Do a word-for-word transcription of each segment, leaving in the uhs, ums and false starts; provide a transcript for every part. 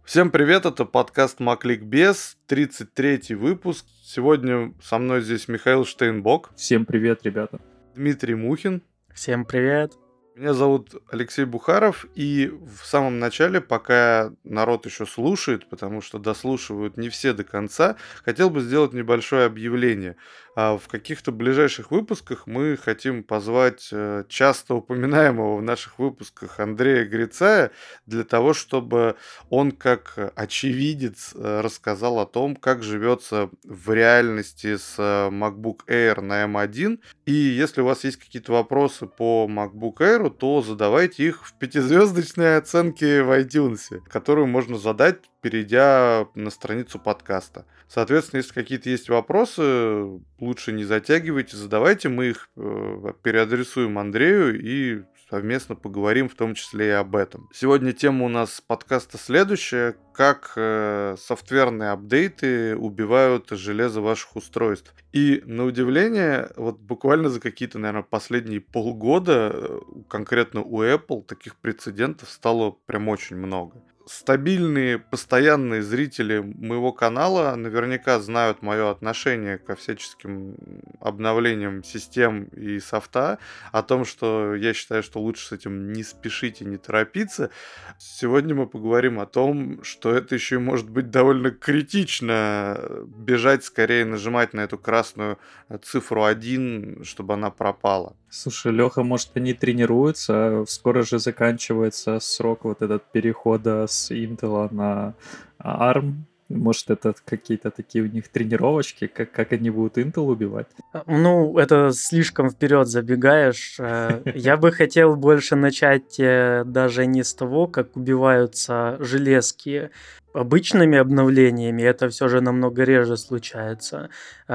Всем привет, это подкаст MacLickBez, тридцать третий выпуск. Сегодня со мной здесь Михаил Штейнбок. Всем привет, ребята. Дмитрий Мухин. Всем привет. Меня зовут Алексей Бухаров, и в самом начале, пока народ еще слушает, потому что дослушивают не все до конца, хотел бы сделать небольшое объявление. В каких-то ближайших выпусках мы хотим позвать часто упоминаемого в наших выпусках Андрея Грицая для того, чтобы он как очевидец рассказал о том, как живется в реальности с MacBook Air на эм один. И если у вас есть какие-то вопросы по MacBook Air, то задавайте их в пятизвездочной оценке в iTunes, которую можно задать, перейдя на страницу подкаста. Соответственно, если какие-то есть вопросы, лучше не затягивайте, задавайте, мы их э, переадресуем Андрею и совместно поговорим в том числе и об этом. Сегодня тема у нас подкаста следующая: как э, софтверные апдейты убивают железо ваших устройств. И на удивление, вот буквально за какие-то, наверное, последние полгода, конкретно у Apple, таких прецедентов стало прям очень много. Стабильные, постоянные зрители моего канала наверняка знают мое отношение ко всяческим обновлениям систем и софта, о том, что я считаю, что лучше с этим не спешить и не торопиться. Сегодня мы поговорим о том, что это еще и может быть довольно критично бежать, скорее нажимать на эту красную цифру один, чтобы она пропала. Слушай, Леха, может, они тренируются, скоро же заканчивается срок вот этот перехода с Intel на арм. Может, это какие-то такие у них тренировочки, как, как они будут Intel убивать? Ну, это слишком вперед забегаешь. Я бы хотел больше начать даже не с того, как убиваются железки обычными обновлениями, это все же намного реже случается,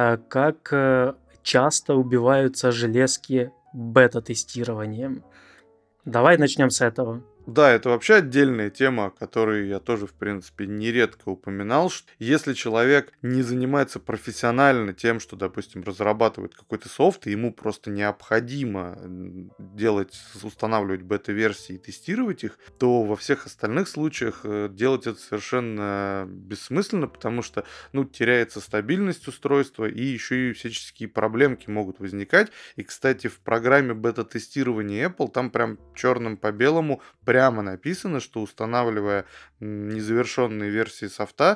как часто убиваются железки бета-тестированием. Давай начнем с этого. Да, это вообще отдельная тема, о которой я тоже, в принципе, нередко упоминал, что если человек не занимается профессионально тем, что, допустим, разрабатывает какой-то софт, и ему просто необходимо делать, устанавливать бета-версии и тестировать их, то во всех остальных случаях делать это совершенно бессмысленно, потому что, ну, теряется стабильность устройства, и еще и всяческие проблемки могут возникать. И, кстати, в программе бета-тестирования Apple там прям черным по белому прямо написано, что, устанавливая незавершенные версии софта,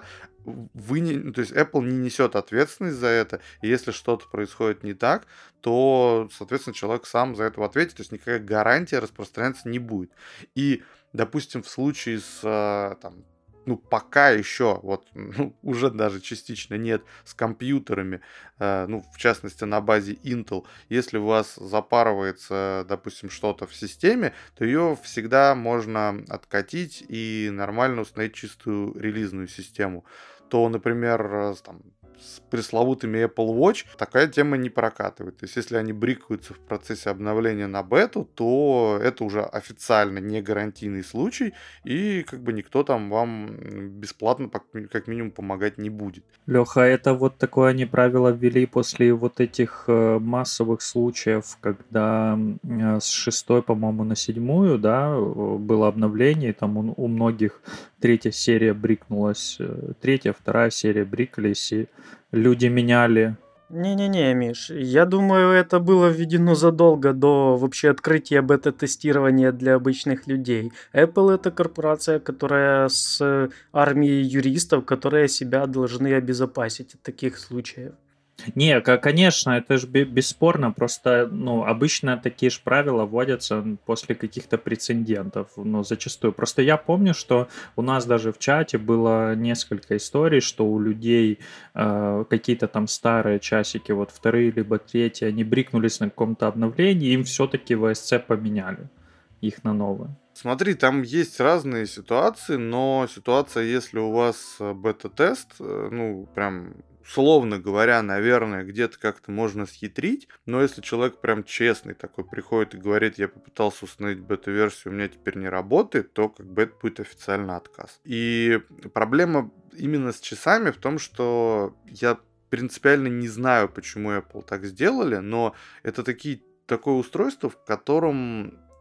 вы не, то есть Apple не несет ответственность за это, и если что-то происходит не так, то, соответственно, человек сам за это ответит, то есть никакая гарантия распространяться не будет. И, допустим, в случае с там, ну, пока еще, вот, ну, уже даже частично нет, с компьютерами, э, ну, в частности, на базе Intel, если у вас запарывается, допустим, что-то в системе, то ее всегда можно откатить и нормально установить чистую релизную систему. То, например, там, с пресловутыми Apple Watch такая тема не прокатывает. То есть, если они брикаются в процессе обновления на бету, то это уже официально не гарантийный случай, и как бы никто там вам бесплатно как минимум помогать не будет. Леха, это вот такое они правило ввели после вот этих массовых случаев, когда с шестой, по-моему, на седьмую, да, было обновление, там у, у многих третья серия брикнулась, третья, вторая серия брикались, и люди меняли. Не-не-не, Миш, я думаю, это было введено задолго до вообще открытия бета-тестирования для обычных людей. Apple — это корпорация, которая с армией юристов, которые себя должны обезопасить от таких случаев. Не, конечно, это же бесспорно, просто, ну, обычно такие же правила вводятся после каких-то прецедентов, ну, зачастую. Просто я помню, что у нас даже в чате было несколько историй, что у людей э, какие-то там старые часики, вот вторые либо третьи, они брикнулись на каком-то обновлении, им все-таки ви эс си поменяли их на новые. Смотри, там есть разные ситуации, но ситуация, если у вас бета-тест, ну, прям... условно говоря, наверное, где-то как-то можно схитрить, но если человек прям честный такой приходит и говорит: я попытался установить бета-версию, у меня теперь не работает, то как бы это будет официально отказ. И проблема именно с часами в том, что я принципиально не знаю, почему Apple так сделали, но это такие, такое устройство, в котором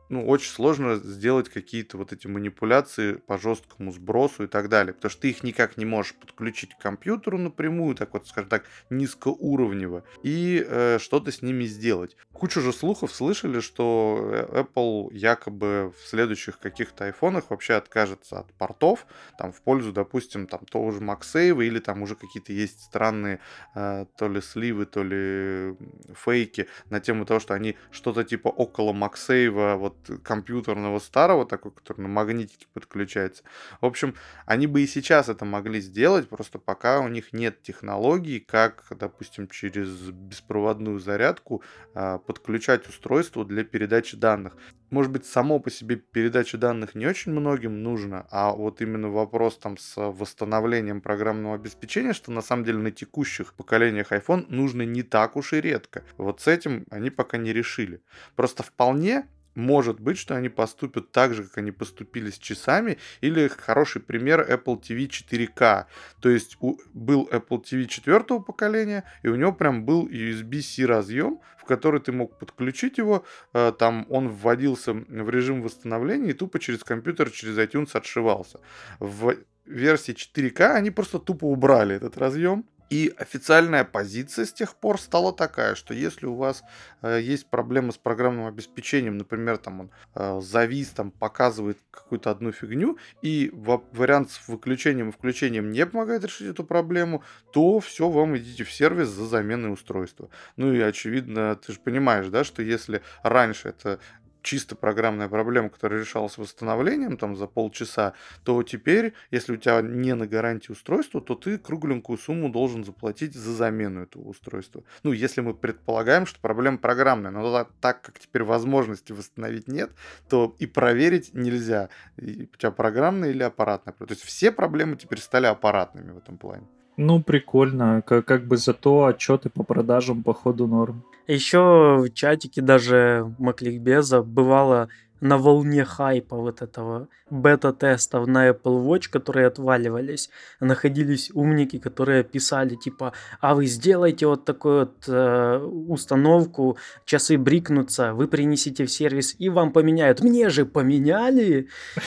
ну, очень сложно сделать какие-то вот эти манипуляции по жесткому сбросу и так далее, потому что ты их никак не можешь подключить к компьютеру напрямую, так вот, скажем так, низкоуровнево, и э, что-то с ними сделать. Кучу же слухов слышали, что э, Apple якобы в следующих каких-то айфонах вообще откажется от портов, там, в пользу, допустим, там, того же MagSafe, или там уже какие-то есть странные э, то ли сливы, то ли фейки на тему того, что они что-то типа около MagSafe, вот компьютерного старого, такой, который на магнитике подключается. В общем, они бы и сейчас это могли сделать, просто пока у них нет технологий, как, допустим, через беспроводную зарядку а, подключать устройство для передачи данных. Может быть, само по себе передача данных не очень многим нужно, а вот именно вопрос там с восстановлением программного обеспечения, что на самом деле на текущих поколениях iPhone нужно не так уж и редко. Вот с этим они пока не решили. Просто вполне может быть, что они поступят так же, как они поступили с часами, или хороший пример Apple ти ви четыре ка. То есть у, был Apple ти ви четвертого поколения, и у него прям был ю эс би-C разъем, в который ты мог подключить его, э, там он вводился в режим восстановления и тупо через компьютер, через iTunes отшивался. В версии четыре ка они просто тупо убрали этот разъем. И официальная позиция с тех пор стала такая, что если у вас э, есть проблемы с программным обеспечением, например, там он э, завис, там показывает какую-то одну фигню, и в, вариант с выключением и включением не помогает решить эту проблему, то все, вам идите в сервис за заменой устройства. Ну и очевидно, ты же понимаешь, да, что если раньше это чисто программная проблема, которая решалась восстановлением там за полчаса, то теперь, если у тебя не на гарантии устройство, то ты кругленькую сумму должен заплатить за замену этого устройства. Ну, если мы предполагаем, что проблема программная, но так, так как теперь возможности восстановить нет, то и проверить нельзя, и у тебя программная или аппаратная. То есть все проблемы теперь стали аппаратными в этом плане. Ну, прикольно. Как, как бы зато отчеты по продажам по ходу норм. Еще в чатике даже Макликбеза бывало на волне хайпа вот этого бета-тестов на Apple Watch, которые отваливались, находились умники, которые писали типа, а вы сделайте вот такую вот э, установку, часы брикнутся, вы принесите в сервис и вам поменяют. Мне же поменяли!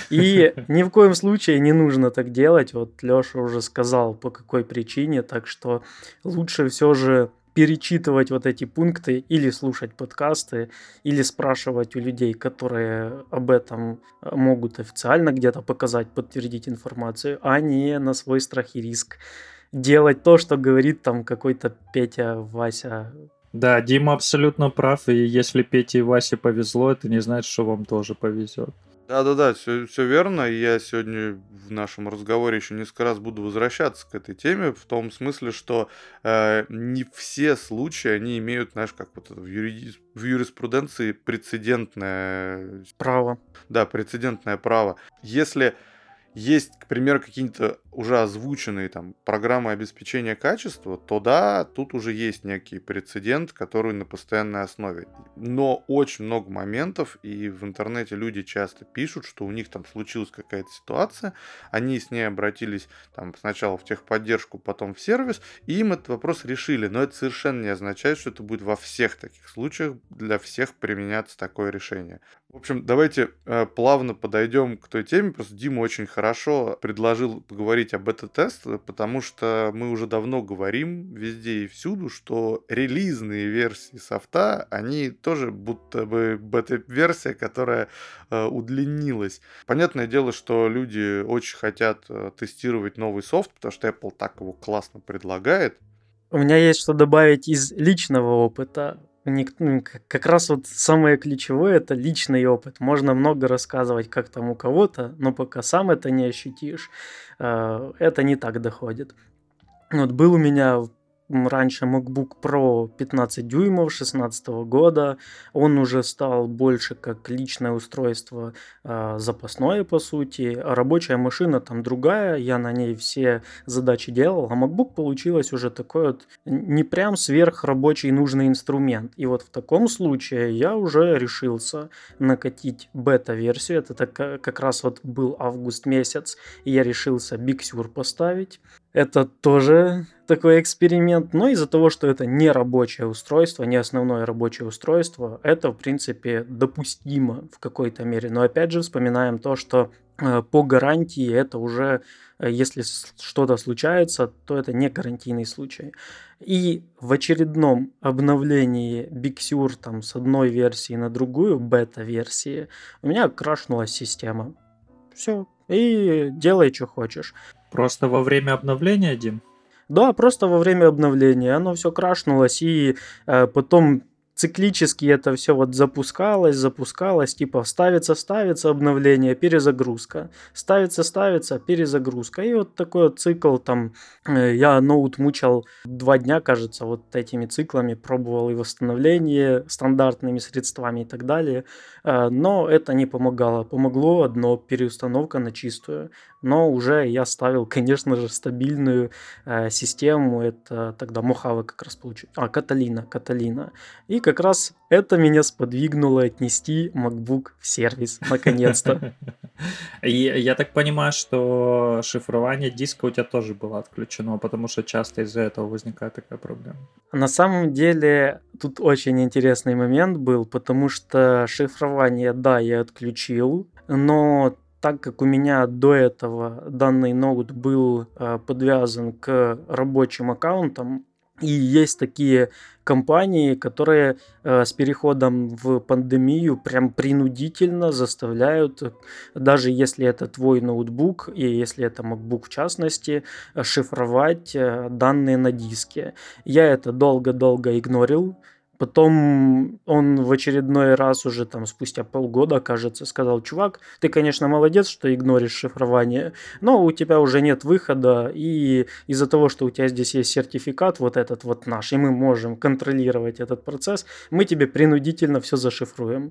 И ни в коем случае не нужно так делать. Вот Леша уже сказал, по какой причине, так что лучше все же перечитывать вот эти пункты или слушать подкасты, или спрашивать у людей, которые об этом могут официально где-то показать, подтвердить информацию, а не на свой страх и риск делать то, что говорит там какой-то Петя, Вася. Да, Дима абсолютно прав, и если Пете и Васе повезло, это не значит, что вам тоже повезет. Да-да-да, все, все верно. И я сегодня в нашем разговоре еще несколько раз буду возвращаться к этой теме, в том смысле, что э, не все случаи, они имеют, знаешь, как вот это в, юриди... в юриспруденции прецедентное... Право. Да, прецедентное право. Если есть, к примеру, какие-то уже озвученные там программы обеспечения качества, то да, тут уже есть некий прецедент, который на постоянной основе. Но очень много моментов, и в интернете люди часто пишут, что у них там случилась какая-то ситуация, они с ней обратились там сначала в техподдержку, потом в сервис, и им этот вопрос решили. Но это совершенно не означает, что это будет во всех таких случаях для всех применяться такое решение. В общем, давайте э, плавно подойдем к той теме. Просто Дима очень хорошо предложил поговорить об бета-тест, потому что мы уже давно говорим везде и всюду, что релизные версии софта, они тоже будто бы бета-версия, которая э, удлинилась. Понятное дело, что люди очень хотят э, тестировать новый софт, потому что Apple так его классно предлагает. У меня есть что добавить из личного опыта. Как раз вот самое ключевое — это личный опыт. Можно много рассказывать, как там у кого-то, но пока сам это не ощутишь, это не так доходит. Вот был у меня раньше MacBook Pro пятнадцать дюймов шестнадцатого года. Он уже стал больше как личное устройство, э, запасное по сути. А рабочая машина там другая, я на ней все задачи делал. А MacBook получилось уже такой вот не прям сверхрабочий нужный инструмент. И вот в таком случае я уже решился накатить бета-версию. Это так, как раз вот был август месяц, и я решился Big Sur поставить. Это тоже такой эксперимент. Но из-за того, что это не рабочее устройство, не основное рабочее устройство, это, в принципе, допустимо в какой-то мере. Но опять же вспоминаем то, что э, по гарантии это уже, э, если с- что-то случается, то это не гарантийный случай. И в очередном обновлении Big Sur там, с одной версии на другую, бета-версии, у меня крашнула система. Все. И делай, что хочешь. Просто во время обновления, Дим? Да, просто во время обновления оно все крашнулось, и э, потом циклически это все вот запускалось, запускалось, типа ставится, ставится обновление, перезагрузка, ставится, ставится, перезагрузка. И вот такой вот цикл там, э, я ноут мучал два дня, кажется, вот этими циклами, пробовал и восстановление стандартными средствами и так далее, Э, но это не помогало. Помогло одно, переустановка на чистую, но уже я ставил, конечно же, стабильную э, систему, это тогда Мохава как раз получил, а, Каталина, Каталина. И как раз это меня сподвигнуло отнести MacBook в сервис, наконец-то. И я так понимаю, что шифрование диска у тебя тоже было отключено, потому что часто из-за этого возникает такая проблема. На самом деле тут очень интересный момент был, потому что шифрование, да, я отключил, но так как у меня до этого данный ноут был э, подвязан к рабочим аккаунтам, и есть такие компании, которые э, с переходом в пандемию прям принудительно заставляют, э, даже если это твой ноутбук, и если это MacBook в частности, э, шифровать э, данные на диске. Я это долго-долго игнорил. Потом он в очередной раз уже там спустя полгода, кажется, сказал: чувак, ты, конечно, молодец, что игноришь шифрование, но у тебя уже нет выхода, и из-за того, что у тебя здесь есть сертификат, вот этот вот наш, и мы можем контролировать этот процесс, мы тебе принудительно все зашифруем.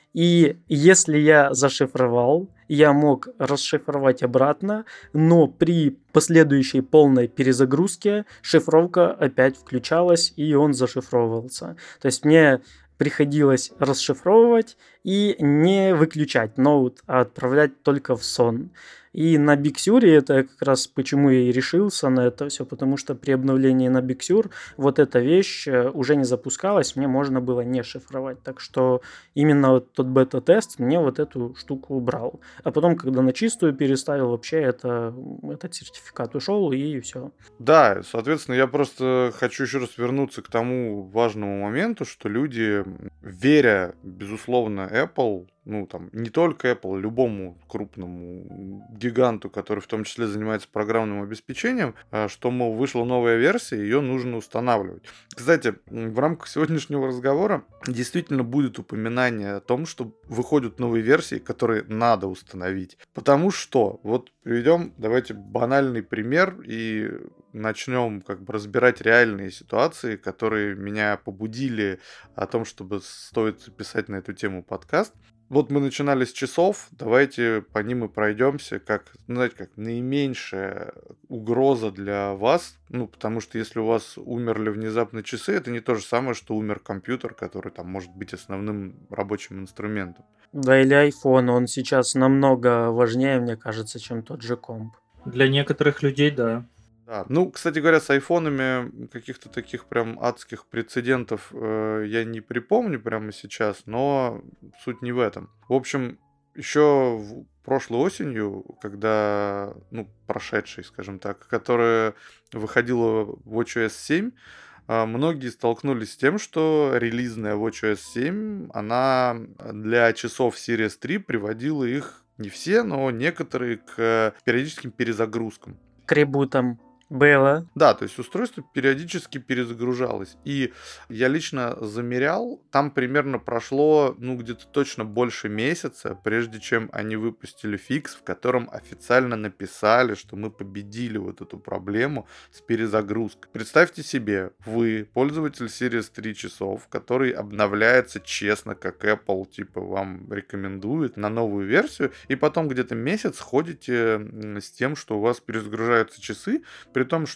И если я зашифровал, я мог расшифровать обратно, но при последующей полной перезагрузке шифровка опять включалась, и он зашифровывался. То есть мне приходилось расшифровывать и не выключать ноут, а отправлять только в сон. И на Big Sur это как раз почему я и решился на это все, потому что при обновлении на Big Sur вот эта вещь э, уже не запускалась, мне можно было не шифровать. Так что именно вот тот бета-тест мне вот эту штуку убрал. А потом, когда на чистую переставил, вообще это, этот сертификат ушел, и все. Да, соответственно, я просто хочу еще раз вернуться к тому важному моменту, что люди, м, веря, безусловно, Apple, ну, там, не только Apple, любому крупному гиганту, который в том числе занимается программным обеспечением, а, что, мол, вышла новая версия, ее нужно устанавливать. Кстати, м, в рамках сегодняшнего разговора действительно будет упоминание о том, что выходят новые версии, которые надо установить. Потому что, вот приведем, давайте банальный пример и начнем как бы разбирать реальные ситуации, которые меня побудили о том, чтобы стоит записать на эту тему подкаст. Вот мы начинали с часов, давайте по ним и пройдемся, как, ну, знаете, как наименьшая угроза для вас, ну, потому что если у вас умерли внезапно часы, это не то же самое, что умер компьютер, который там может быть основным рабочим инструментом. Да, или iPhone, он сейчас намного важнее, мне кажется, чем тот же комп. Для некоторых людей, да. Да. Ну, кстати говоря, с айфонами каких-то таких прям адских прецедентов э, я не припомню прямо сейчас, но суть не в этом. В общем, еще в прошлой осенью, когда, ну, прошедшей, скажем так, которая выходила в watchOS семь, а, многие столкнулись с тем, что релизная watchOS семь, она для часов Series три приводила их не все, но некоторые к периодическим перезагрузкам. К ребутам было. Да, то есть устройство периодически перезагружалось. И я лично замерял, там примерно прошло, ну, где-то точно больше месяца, прежде чем они выпустили фикс, в котором официально написали, что мы победили вот эту проблему с перезагрузкой. Представьте себе, вы пользователь Series три часов, который обновляется честно, как Apple, типа, вам рекомендует на новую версию, и потом где-то месяц ходите м, с тем, что у вас перезагружаются часы, при том, что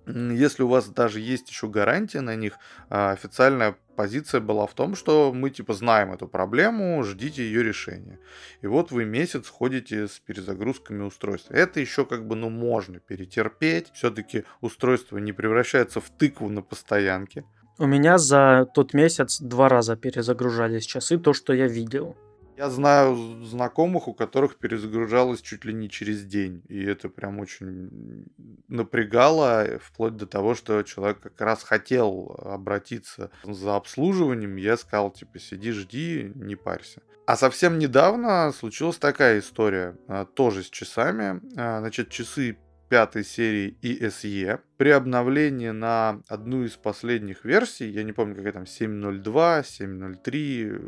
М, Если у вас даже есть еще гарантия на них, а, официальная позиция была в том, что мы типа знаем эту проблему, ждите ее решения. И вот вы месяц ходите с перезагрузками устройства. Это еще как бы, ну, можно перетерпеть. Все-таки устройство не превращается в тыкву на постоянке. У меня за тот месяц два раза перезагружались часы, то, что я видел. Я знаю з- знакомых, у которых перезагружалось чуть ли не через день. И это прям очень напрягало, э, вплоть до того, что человек как раз хотел обратиться за обслуживанием. Я сказал, типа, сиди, жди, не парься. А совсем недавно случилась такая история, а, тоже с часами. А, Значит, часы пятой серии и эс и при обновлении на одну из последних версий, я не помню, какая там, семь ноль два, семь ноль три, э,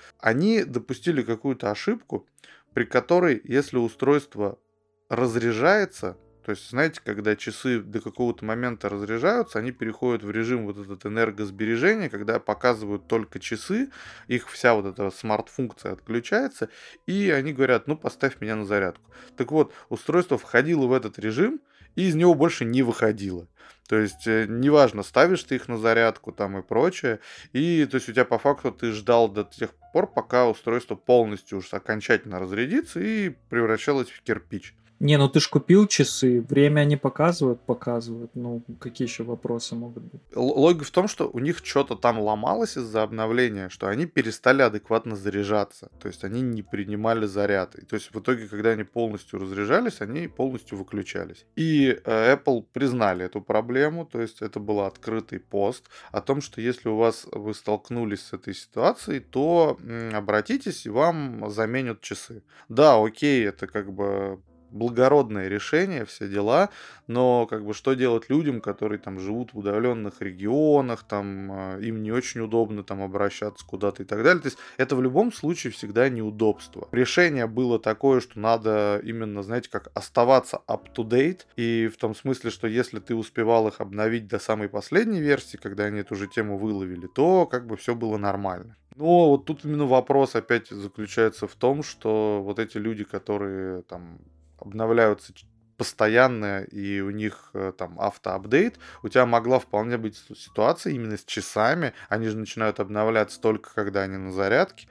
они допустили какую-то ошибку, при которой, если устройство разряжается, то есть, знаете, когда часы до какого-то момента разряжаются, они переходят в режим вот этот энергосбережения, когда показывают только часы, их вся вот эта смарт-функция отключается, и они говорят, ну, поставь меня на зарядку. Так вот, устройство входило в этот режим, и из него больше не выходило. То есть, э, неважно, ставишь ты их на зарядку там и прочее, и то есть у тебя по факту ты ждал до тех пор, пока устройство полностью уж окончательно разрядится и превращалось в кирпич. Не, ну ты ж купил часы, время они показывают, показывают. Ну, какие еще вопросы могут быть? Л- Логика в том, что у них что-то там ломалось из-за обновления, что они перестали адекватно заряжаться. То есть они не принимали заряд. И то есть в итоге, когда они полностью разряжались, они полностью выключались. И э, Apple признали эту проблему, то есть это был открытый пост о том, что если у вас вы столкнулись с этой ситуацией, то м, обратитесь и вам заменят часы. Да, окей, это как бы благородное решение, все дела, но как бы что делать людям, которые там живут в удаленных регионах, там э, им не очень удобно там обращаться куда-то и так далее. То есть это в любом случае всегда неудобство. Решение было такое, что надо именно, знаете, как оставаться up-to-date, и в том смысле, что если ты успевал их обновить до самой последней версии, когда они эту же тему выловили, то как бы все было нормально. Но вот тут именно вопрос опять заключается в том, что вот эти люди, которые там обновляются ч- постоянно, и у них э, там автоапдейт, у тебя могла вполне быть с- ситуация именно с часами, они же начинают обновляться только когда они на зарядке,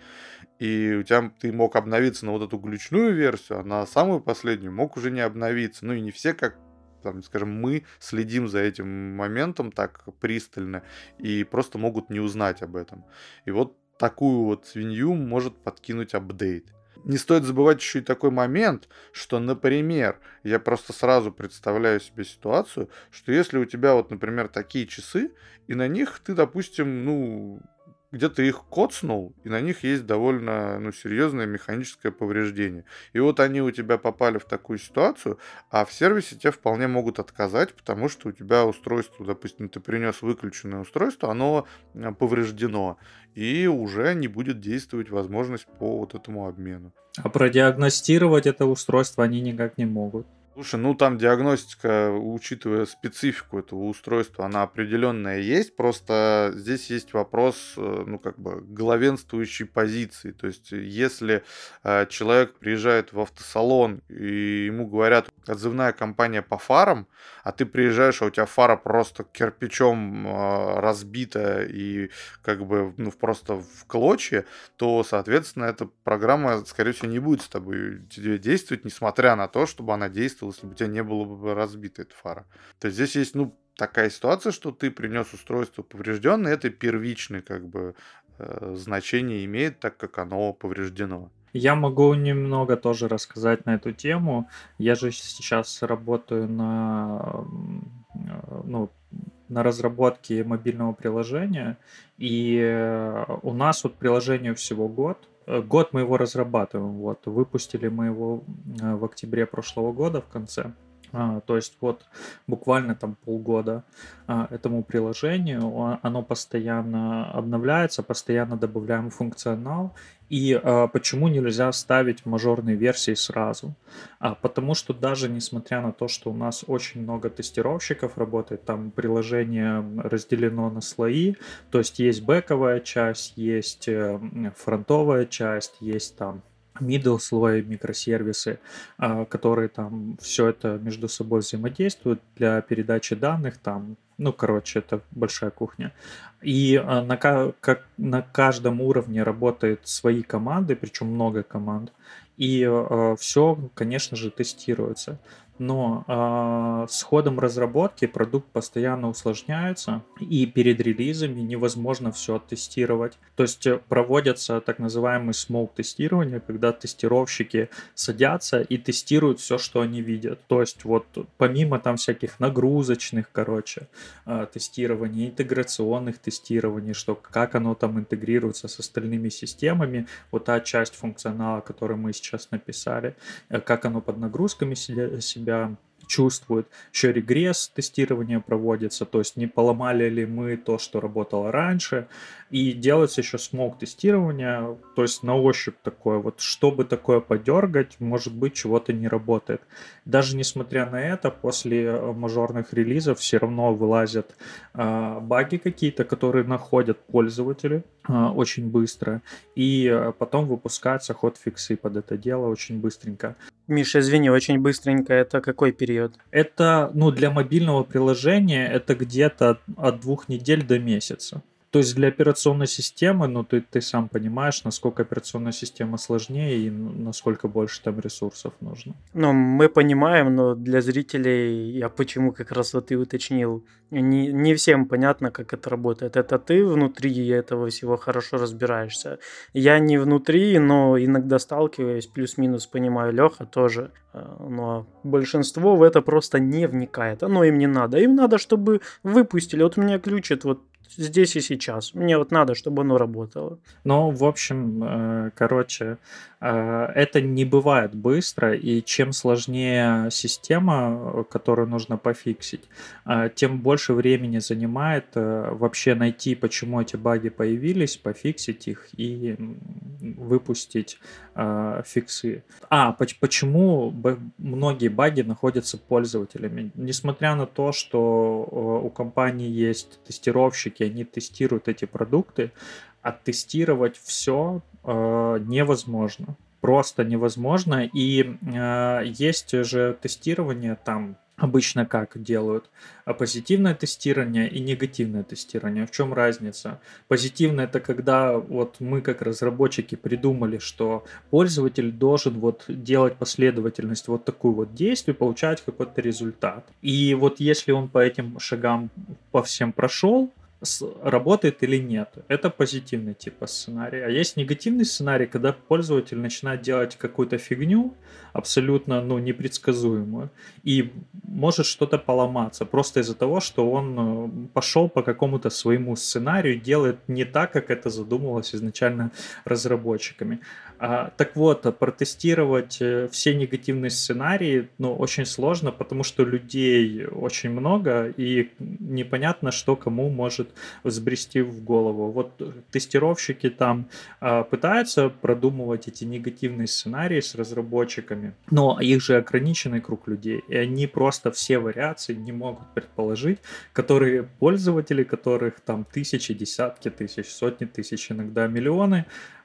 и у тебя ты мог обновиться на вот эту глючную версию, а на самую последнюю мог уже не обновиться. Ну и не все, как там, скажем, мы следим за этим моментом так пристально и просто могут не узнать об этом. И вот такую вот свинью может подкинуть апдейт. Не стоит забывать еще и такой момент, что, например, я просто сразу представляю себе ситуацию, что если у тебя вот, например, такие часы, и на них ты, допустим, ну, где-то их коцнул, и на них есть довольно, ну, серьезное механическое повреждение. И вот они у тебя попали в такую ситуацию, а в сервисе тебе вполне могут отказать, потому что у тебя устройство, допустим, ты принес выключенное устройство, оно э, повреждено, и уже не будет действовать возможность по вот этому обмену. А продиагностировать это устройство они никак не могут. Слушай, ну там диагностика, учитывая специфику этого устройства, она определенная есть. Просто здесь есть вопрос, э, ну как бы главенствующей позиции. То есть, э, если э, человек приезжает в автосалон и ему говорят отзывная компания по фарам, а ты приезжаешь, а у тебя фара просто кирпичом э, разбита и как бы ну просто в клочья, то, соответственно, эта программа, скорее всего, не будет с тобой тебе действовать, несмотря на то, чтобы она действовала, если бы у тебя не было бы разбита эта фара. То есть здесь есть, ну, такая ситуация, что ты принес устройство поврежденное, это первичное, как бы, э, значение имеет, так как оно повреждено. Я могу немного тоже рассказать на эту тему. Я же сейчас работаю на, м, э, ну, на разработке мобильного приложения, и э, у нас вот приложению всего год. Э, Год мы его разрабатываем. Вот выпустили мы его э, в октябре прошлого года в конце. А, то есть вот буквально там полгода а, этому приложению. О- Оно постоянно обновляется, постоянно добавляем функционал. И а, почему нельзя ставить мажорные версии сразу? А, потому что даже несмотря на то, что у нас очень много тестировщиков работает, там приложение разделено на слои, то есть есть бэковая часть, есть э, м, фронтовая часть, есть там middle слой, микросервисы, а, которые там все это между собой взаимодействуют для передачи данных, там, ну, короче, это большая кухня. И а, на, ка- как, на каждом уровне работают свои команды, причем много команд, и все, конечно же, тестируется. Но а, с ходом разработки продукт постоянно усложняется, и перед релизами невозможно все оттестировать. То есть э, проводятся так называемые смоук-тестирования, когда тестировщики садятся и тестируют все, что они видят. То есть вот помимо там всяких нагрузочных, короче, а, тестирований, интеграционных тестирований, что как оно там интегрируется с остальными системами, вот та часть функционала, которую мы сейчас написали, э, как оно под нагрузками себя, себя чувствует. Еще регресс тестирования проводится, то есть не поломали ли мы то, что работало раньше. И делается еще смоук тестирование, то есть на ощупь такое, вот чтобы такое подергать, может быть, чего-то не работает. Даже несмотря на это, после мажорных релизов все равно вылазят э, баги какие-то, которые находят пользователи э, очень быстро, и э, потом выпускаются хотфиксы под это дело очень быстренько. Миша, извини, очень быстренько, это какой период? Это, ну, для мобильного приложения это где-то от, от двух недель до месяца. То есть для операционной системы, ну, ты, ты сам понимаешь, насколько операционная система сложнее и насколько больше там ресурсов нужно. Ну, мы понимаем, но для зрителей, я почему как раз вот ты уточнил, не, не всем понятно, как это работает. Это ты внутри этого всего хорошо разбираешься. Я не внутри, но иногда сталкиваюсь, плюс-минус понимаю, Леха тоже. Но большинство в это просто не вникает. Оно им не надо. Им надо, чтобы выпустили. Вот у меня ключит вот здесь и сейчас. Мне вот надо, чтобы оно работало. Ну, в общем, э, короче, э, это не бывает быстро, и чем сложнее система, которую нужно пофиксить, э, тем больше времени занимает э, вообще найти, почему эти баги появились, пофиксить их и выпустить э, фиксы. А, почему многие баги находятся пользователями? Несмотря на то, что у компании есть тестировщики, они тестируют эти продукты, оттестировать все э, невозможно. Просто невозможно. И э, есть же тестирование там. Обычно как делают? Позитивное тестирование и негативное тестирование. В чем разница? Позитивное — это когда вот мы как разработчики придумали, что пользователь должен вот делать последовательность вот такую вот действий, получать какой-то результат. И вот если он по этим шагам по всем прошел, работает или нет. Это позитивный типа сценарий. А есть негативный сценарий, когда пользователь начинает делать какую-то фигню, абсолютно ну, непредсказуемую, и может что-то поломаться просто из-за того, что он пошел по какому-то своему сценарию, делает не так, как это задумывалось изначально разработчиками. А, так вот, протестировать все негативные сценарии ну, очень сложно, потому что людей очень много, и непонятно, что кому может взбрести в голову. Вот тестировщики там а, пытаются продумывать эти негативные сценарии с разработчиками, но их же ограниченный круг людей, и они просто все вариации не могут предположить, которые пользователи, которых там тысячи, десятки тысяч, сотни тысяч, иногда миллионы,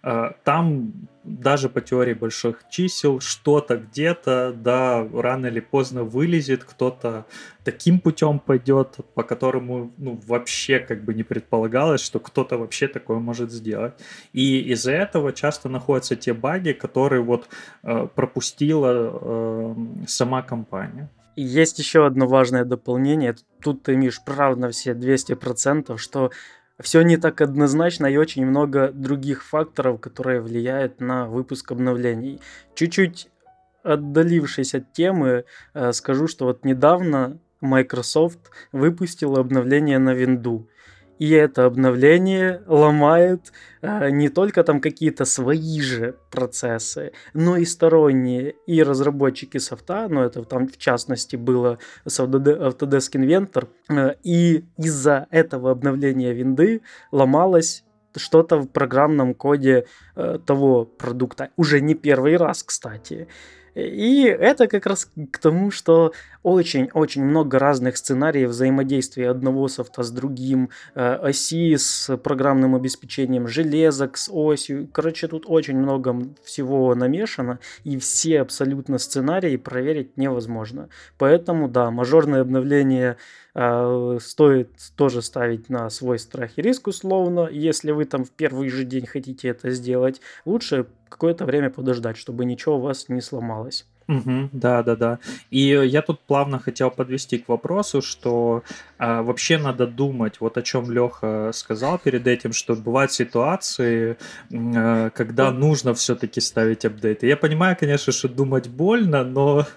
там даже по теории больших чисел что-то где-то, да, рано или поздно вылезет, кто-то таким путем пойдет, по которому ну, вообще как бы не предполагалось, что кто-то вообще такое может сделать. И из-за этого часто находятся те баги, которые вот э, пропустила э, сама компания. Есть еще одно важное дополнение. Тут ты, Миш, прав на все двести процентов, что все не так однозначно и очень много других факторов, которые влияют на выпуск обновлений. Чуть-чуть отдалившись от темы, скажу, что вот недавно Microsoft выпустила обновление на Винду. И это обновление ломает э, не только там какие-то свои же процессы, но и сторонние, и разработчики софта, ну это там в частности было с Autodesk Inventor, э, и из-за этого обновления винды ломалось что-то в программном коде э, того продукта. Уже не первый раз, кстати. И это как раз к тому, что очень-очень много разных сценариев взаимодействия одного софта с другим, э, оси с программным обеспечением, железок с осью. Короче, тут очень много м- всего намешано, и все абсолютно сценарии проверить невозможно. Поэтому, да, мажорное обновление э, стоит тоже ставить на свой страх и риск условно. Если вы там в первый же день хотите это сделать, лучше какое-то время подождать, чтобы ничего у вас не сломалось. Мгм. Да, да, да. И я тут плавно хотел подвести к вопросу, что а, вообще надо думать, вот о чем Леха сказал перед этим, что бывают ситуации, м, а, когда нужно все-таки ставить апдейты. Я понимаю, конечно, что думать больно, но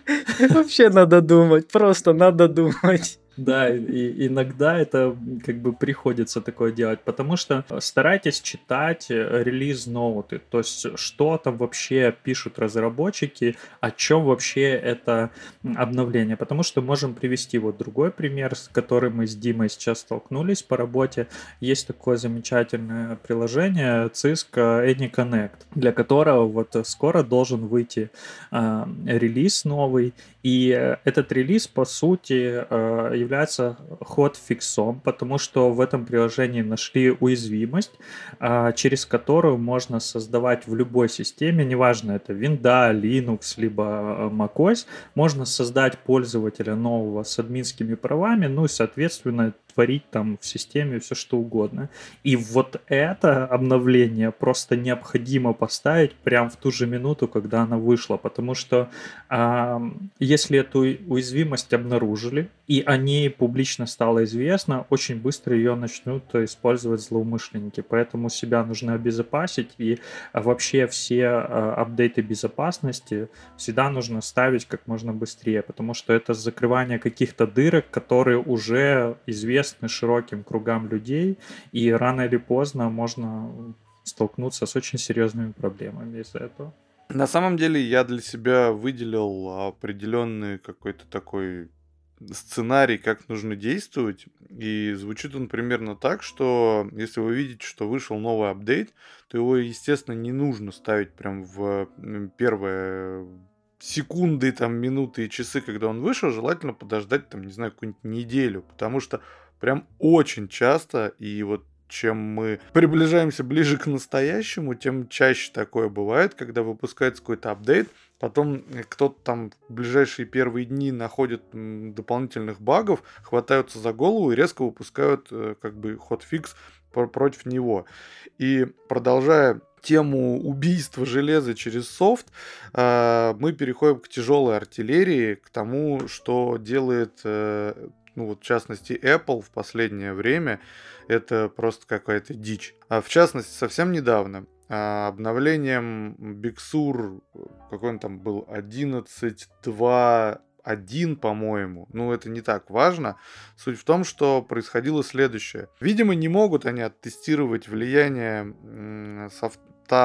Вообще надо думать, просто надо думать. да, и иногда это м, как бы приходится такое делать, потому что э, старайтесь читать э, релиз-ноуты, то есть что там вообще пишут разработчики, о чем вообще это м, обновление, потому что можем привести вот другой пример, с которым мы с Димой сейчас столкнулись по работе. Есть такое замечательное приложение Cisco AnyConnect, для которого вот э, скоро должен выйти а, релиз новый, и э, этот релиз, по сути, э, является хот-фиксом, потому что в этом приложении нашли уязвимость, а, через которую можно создавать в любой системе, неважно, это винда, Linux, либо э, macOS, можно создать пользователя нового с админскими правами, ну и, соответственно, творить там в системе все что угодно. И вот это обновление просто необходимо поставить прямо в ту же минуту, когда она вышла, потому что а, если эту уязвимость обнаружили, и о ней публично стало известно, очень быстро ее начнут использовать злоумышленники. Поэтому себя нужно обезопасить, и а, вообще все а, апдейты безопасности всегда нужно ставить как можно быстрее, потому что это закрывание каких-то дырок, которые уже известны широким кругам людей, и рано или поздно можно столкнуться с очень серьезными проблемами из-за этого. На самом деле я для себя выделил определенный какой-то такой сценарий, как нужно действовать. И звучит он примерно так, что если вы видите, что вышел новый апдейт, то его, естественно, не нужно ставить прям в м, первые секунды, там, минуты и часы, когда он вышел. Желательно подождать, там, не знаю, какую-нибудь неделю, потому что прям очень часто, и вот чем мы приближаемся ближе к настоящему, тем чаще такое бывает, когда выпускается какой-то апдейт, потом э, кто-то там в ближайшие первые дни находит м, дополнительных багов, хватаются за голову и резко выпускают э, как бы хотфикс про- против него. И продолжая тему убийства железа через софт, э, мы переходим к тяжелой артиллерии, к тому, что делает, э, ну вот в частности, Apple в последнее время. Это просто какая-то дичь. А в частности, совсем недавно а, обновлением Big Sur, э, какой он там был, одиннадцать точка два один, по-моему. Ну, это не так важно. Суть в том, что происходило следующее. Видимо, не могут они оттестировать влияние м, софта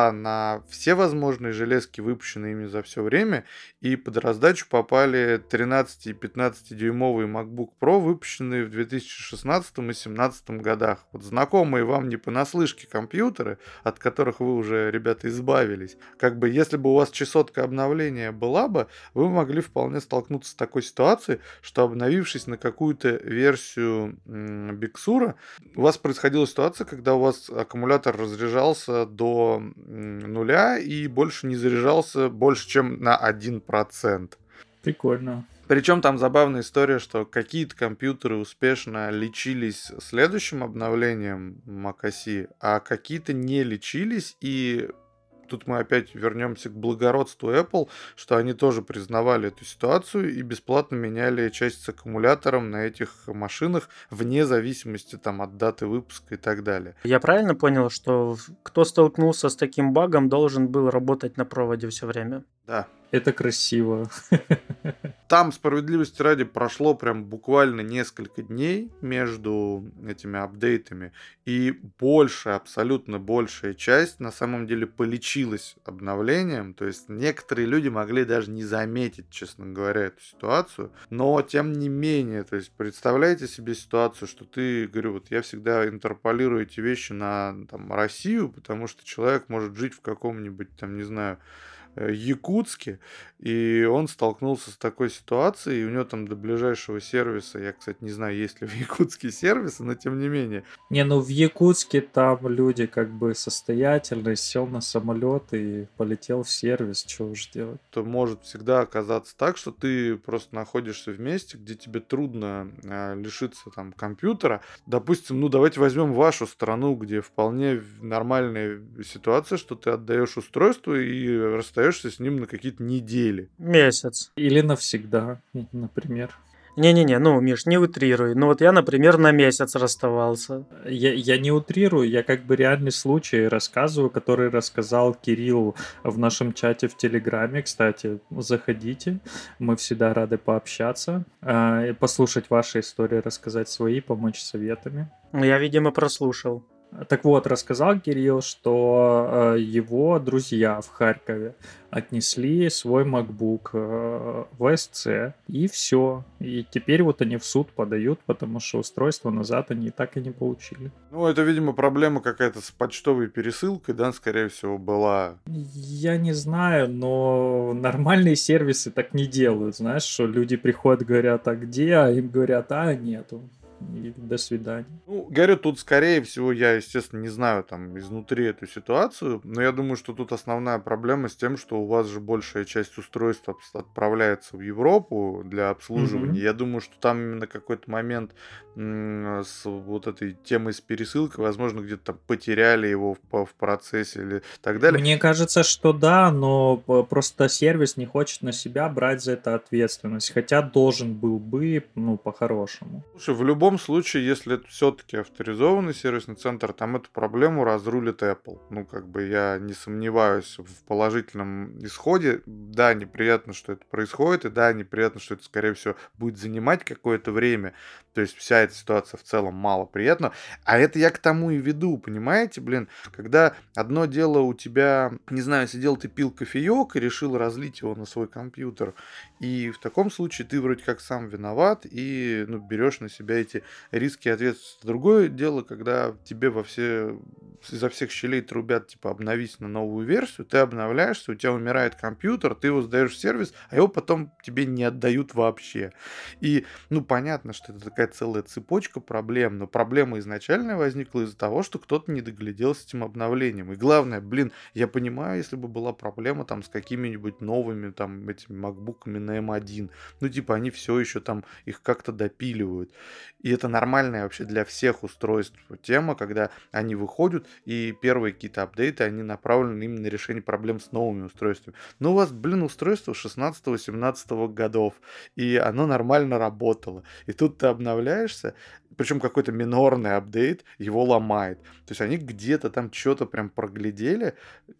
на все возможные железки, выпущенные ими за все время, и под раздачу попали тринадцати и пятнадцатидюймовые MacBook Pro, выпущенные в две тысячи шестнадцатом и две тысячи семнадцатом годах. Вот знакомые вам не понаслышке компьютеры, от которых вы уже, ребята, избавились. Как бы, если бы у вас чесотка обновления была бы, вы могли вполне столкнуться с такой ситуацией, что, обновившись на какую-то версию м, Big Sur, у вас происходила ситуация, когда у вас аккумулятор разряжался до м, нуля и больше не заряжался больше, чем на один процент. Прикольно. Причем там забавная история, что какие-то компьютеры успешно лечились следующим обновлением macOS, а какие-то не лечились, и тут мы опять вернемся к благородству Apple, что они тоже признавали эту ситуацию и бесплатно меняли часть с аккумулятором на этих машинах вне зависимости там от даты выпуска и так далее. Я правильно понял, что в- кто столкнулся с таким багом, должен был работать на проводе все время? Да. Это красиво. Там, справедливости ради, прошло прям буквально несколько дней между этими апдейтами, и большая, абсолютно большая часть на самом деле полечилась обновлением, то есть некоторые люди могли даже не заметить, честно говоря, эту ситуацию, но тем не менее, то есть представляете себе ситуацию, что ты, говорю, вот я всегда интерполирую эти вещи на там, Россию, потому что человек может жить в каком-нибудь там, не знаю, э, Якутске, и он столкнулся с такой ситуацией, и у него там до ближайшего сервиса, я, кстати, не знаю, есть ли в Якутске сервисы, но тем не менее, Не, ну в Якутске там люди как бы состоятельные, сел на самолет и полетел в сервис, что уж делать. то может всегда оказаться так, что ты просто находишься в месте, где тебе трудно а, лишиться там компьютера. Допустим, ну давайте возьмем вашу страну, где вполне в- нормальная ситуация, что ты отдаешь устройство и расстаешься с ним на какие-то недели. Месяц. Или навсегда, например. Не-не-не, ну, Миш, не утрируй. Ну вот я, например, на месяц расставался. Я, я не утрирую, я как бы реальный случай рассказываю, который рассказал Кирилл в нашем чате в Телеграме. Кстати, заходите, мы всегда рады пообщаться, а, и послушать ваши истории, рассказать свои, помочь советами. Ну, я, видимо, прослушал. Так вот, рассказал Кирилл, что э, его друзья в Харькове отнесли свой MacBook э, в эс си, и все. И теперь вот они в суд подают, потому что устройство назад они так и не получили. Ну, это, видимо, проблема какая-то с почтовой пересылкой, да, скорее всего, была. Я не знаю, но нормальные сервисы так не делают, знаешь, что люди приходят, говорят, а где, а им говорят, а нету. И до свидания. Ну, говорю, тут, скорее всего, я, естественно, не знаю там изнутри эту ситуацию, но я думаю, что тут основная проблема с тем, что у вас же большая часть устройств отс- отправляется в Европу для обслуживания. Мгм. Я думаю, что там именно какой-то момент м, с вот этой темой с пересылкой, возможно, где-то там потеряли его в, по- в процессе или так далее. Мне кажется, что да, но п- просто сервис не хочет на себя брать за это ответственность, хотя должен был бы, ну, по-хорошему. Слушай, в любом случае, если это все-таки авторизованный сервисный центр, там эту проблему разрулит Apple. Ну, как бы я не сомневаюсь в положительном исходе. Да, неприятно, что это происходит, и да, неприятно, что это, скорее всего, будет занимать какое-то время. То есть вся эта ситуация в целом мало приятна. А это я к тому и веду, понимаете, блин? Когда одно дело у тебя, не знаю, сидел ты пил кофеек и решил разлить его на свой компьютер, и в таком случае ты вроде как сам виноват и ну, берешь на себя эти риски и ответственность. Другое дело, когда тебе во все изо всех щелей трубят, типа, обновись на новую версию, ты обновляешься, у тебя умирает компьютер, ты его сдаешь в сервис, а его потом тебе не отдают вообще. И, ну, понятно, что это такая целая цепочка проблем, но проблема изначально возникла из-за того, что кто-то не доглядел с этим обновлением. И главное, блин, я понимаю, если бы была проблема там с какими-нибудь новыми там этими макбуками на эм один, ну, типа, они все еще там их как-то допиливают. И это нормальная вообще для всех устройств тема, когда они выходят, и первые какие-то апдейты, они направлены именно на решение проблем с новыми устройствами. Но у вас, блин, устройство шестнадцатого-семнадцатого годов, и оно нормально работало. И тут ты обновляешься, причем какой-то минорный апдейт его ломает. То есть они где-то там что-то прям проглядели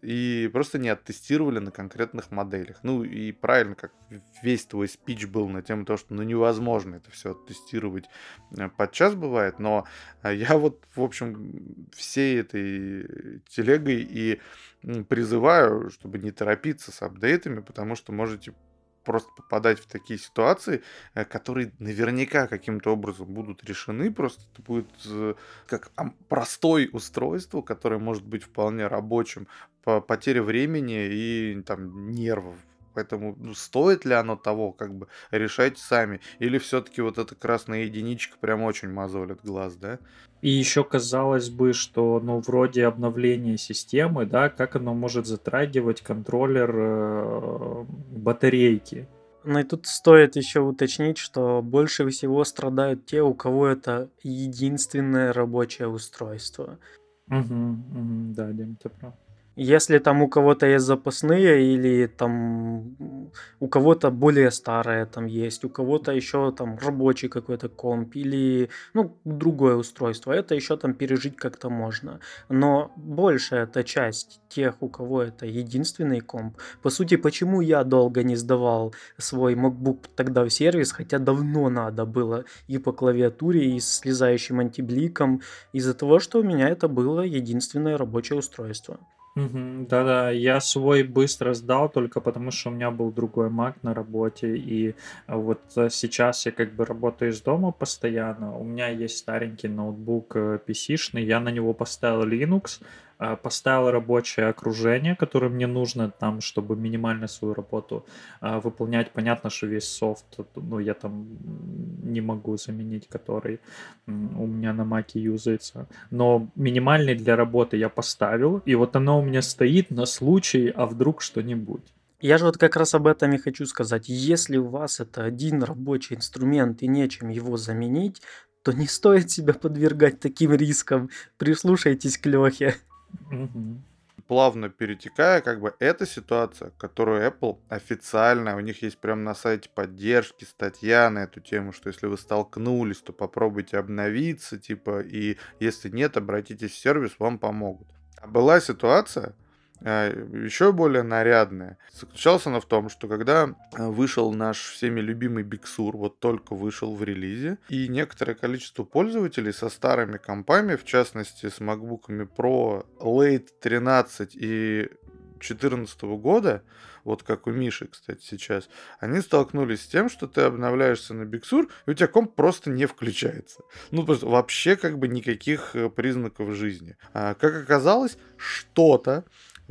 и просто не оттестировали на конкретных моделях. Ну и правильно, как весь твой спич был на тему того, что ну невозможно это все оттестировать э, подчас бывает, но э, я вот, в общем, всей этой телегой и м, призываю, чтобы не торопиться с апдейтами, потому что можете просто попадать в такие ситуации, э, которые наверняка каким-то образом будут решены. Просто это будет э, как ам, простое устройство, которое может быть вполне рабочим, по потере времени и там нервов. Поэтому ну, стоит ли оно того, как бы решайте сами. Или все-таки вот эта красная единичка прям очень мозолит глаз, да? И еще казалось бы, что, ну, вроде обновления системы, да, как оно может затрагивать контроллер э, батарейки. Ну и тут стоит еще уточнить, что больше всего страдают те, у кого это единственное рабочее устройство. Угу, угу, да, Дим, ты прав. Если там у кого-то есть запасные или там м, у кого-то более старое там есть, у кого-то еще там рабочий какой-то комп или ну другое устройство, это еще там пережить как-то можно. Но большая эта часть тех, у кого это единственный комп, по сути, почему я долго не сдавал свой MacBook тогда в сервис, хотя давно надо было и по клавиатуре, и с слезающим антибликом, из-за того, что у меня это было единственное рабочее устройство. Мгм. Да-да, я свой быстро сдал только потому, что у меня был другой Mac на работе, и а, вот а, сейчас я как бы работаю из дома постоянно, у меня есть старенький ноутбук э, пи си-шный, я на него поставил Linux, а, поставил рабочее окружение, которое мне нужно там, чтобы минимально свою работу а, выполнять. Понятно, что весь софт, ну, я там м, не могу заменить, который м, у меня на маке юзается. Но минимальный для работы я поставил, и вот оно у меня стоит на случай, а вдруг что-нибудь. Я же вот как раз об этом и хочу сказать. Если у вас это один рабочий инструмент и нечем его заменить, то не стоит себя подвергать таким рискам. Прислушайтесь к Лёхе. Мгм. Плавно перетекая, как бы эта ситуация, которую Apple официально, у них есть прям на сайте поддержки, статья на эту тему, что если вы столкнулись, то попробуйте обновиться, типа, и если нет, обратитесь в сервис, вам помогут. А была ситуация, еще более нарядная. Заключалась она в том, что когда э, вышел наш всеми любимый Big Sur, вот только вышел в релизе, и некоторое количество пользователей со старыми компами, в частности с MacBook Pro Late тринадцать и четырнадцатого года, вот как у Миши, кстати, сейчас, они столкнулись с тем, что ты обновляешься на Big Sur, и у тебя комп просто не включается. Ну, просто вообще как бы никаких э, признаков жизни. А, как оказалось, что-то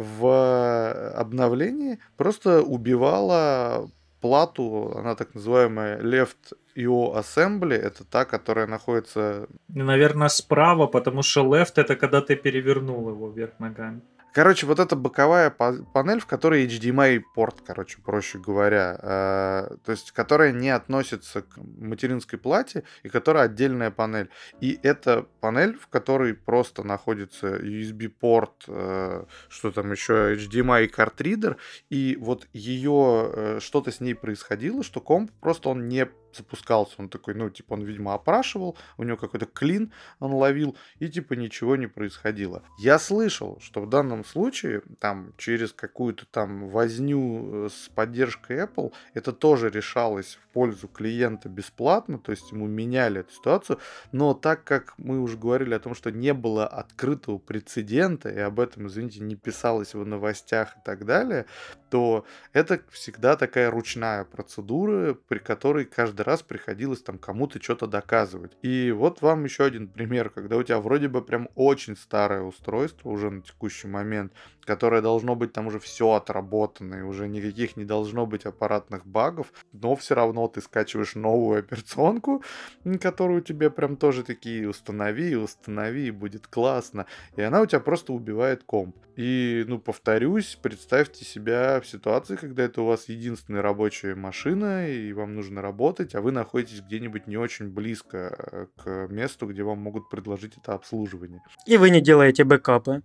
в обновлении просто убивала плату, она так называемая Left ай о Assembly, это та, которая находится... Наверное, справа, потому что left это когда ты перевернул его вверх ногами. Короче, вот эта боковая па- панель, в которой эйч ди эм ай порт, короче, проще говоря, э, то есть которая не относится к материнской плате и которая отдельная панель. И это панель, в которой просто находится ю эс би-порт, э, что там еще, эйч ди эм ай картридер, и вот ее, э, что-то с ней происходило, что комп просто он не запускался, он такой, ну, типа, он, видимо, опрашивал, у него какой-то клин он ловил, и, типа, ничего не происходило. Я слышал, что в данном случае, там, через какую-то там возню э, с поддержкой Apple, это тоже решалось в пользу клиента бесплатно, то есть ему меняли эту ситуацию, но так как мы уже говорили о том, что не было открытого прецедента, и об этом, извините, не писалось в новостях и так далее, то это всегда такая ручная процедура, при которой каждый раз приходилось там кому-то что-то доказывать. И вот вам еще один пример, когда у тебя вроде бы прям очень старое устройство уже на текущий момент, которое должно быть там уже все отработано, и уже никаких не должно быть аппаратных багов, но все равно ты скачиваешь новую операционку, м, которую тебе прям тоже такие установи, установи, и будет классно. И она у тебя просто убивает комп. И, ну, повторюсь, представьте себя в ситуации, когда это у вас единственная рабочая машина, и вам нужно работать, а вы находитесь где-нибудь не очень близко э, к месту, где вам могут предложить это обслуживание. И вы не делаете бэкапы.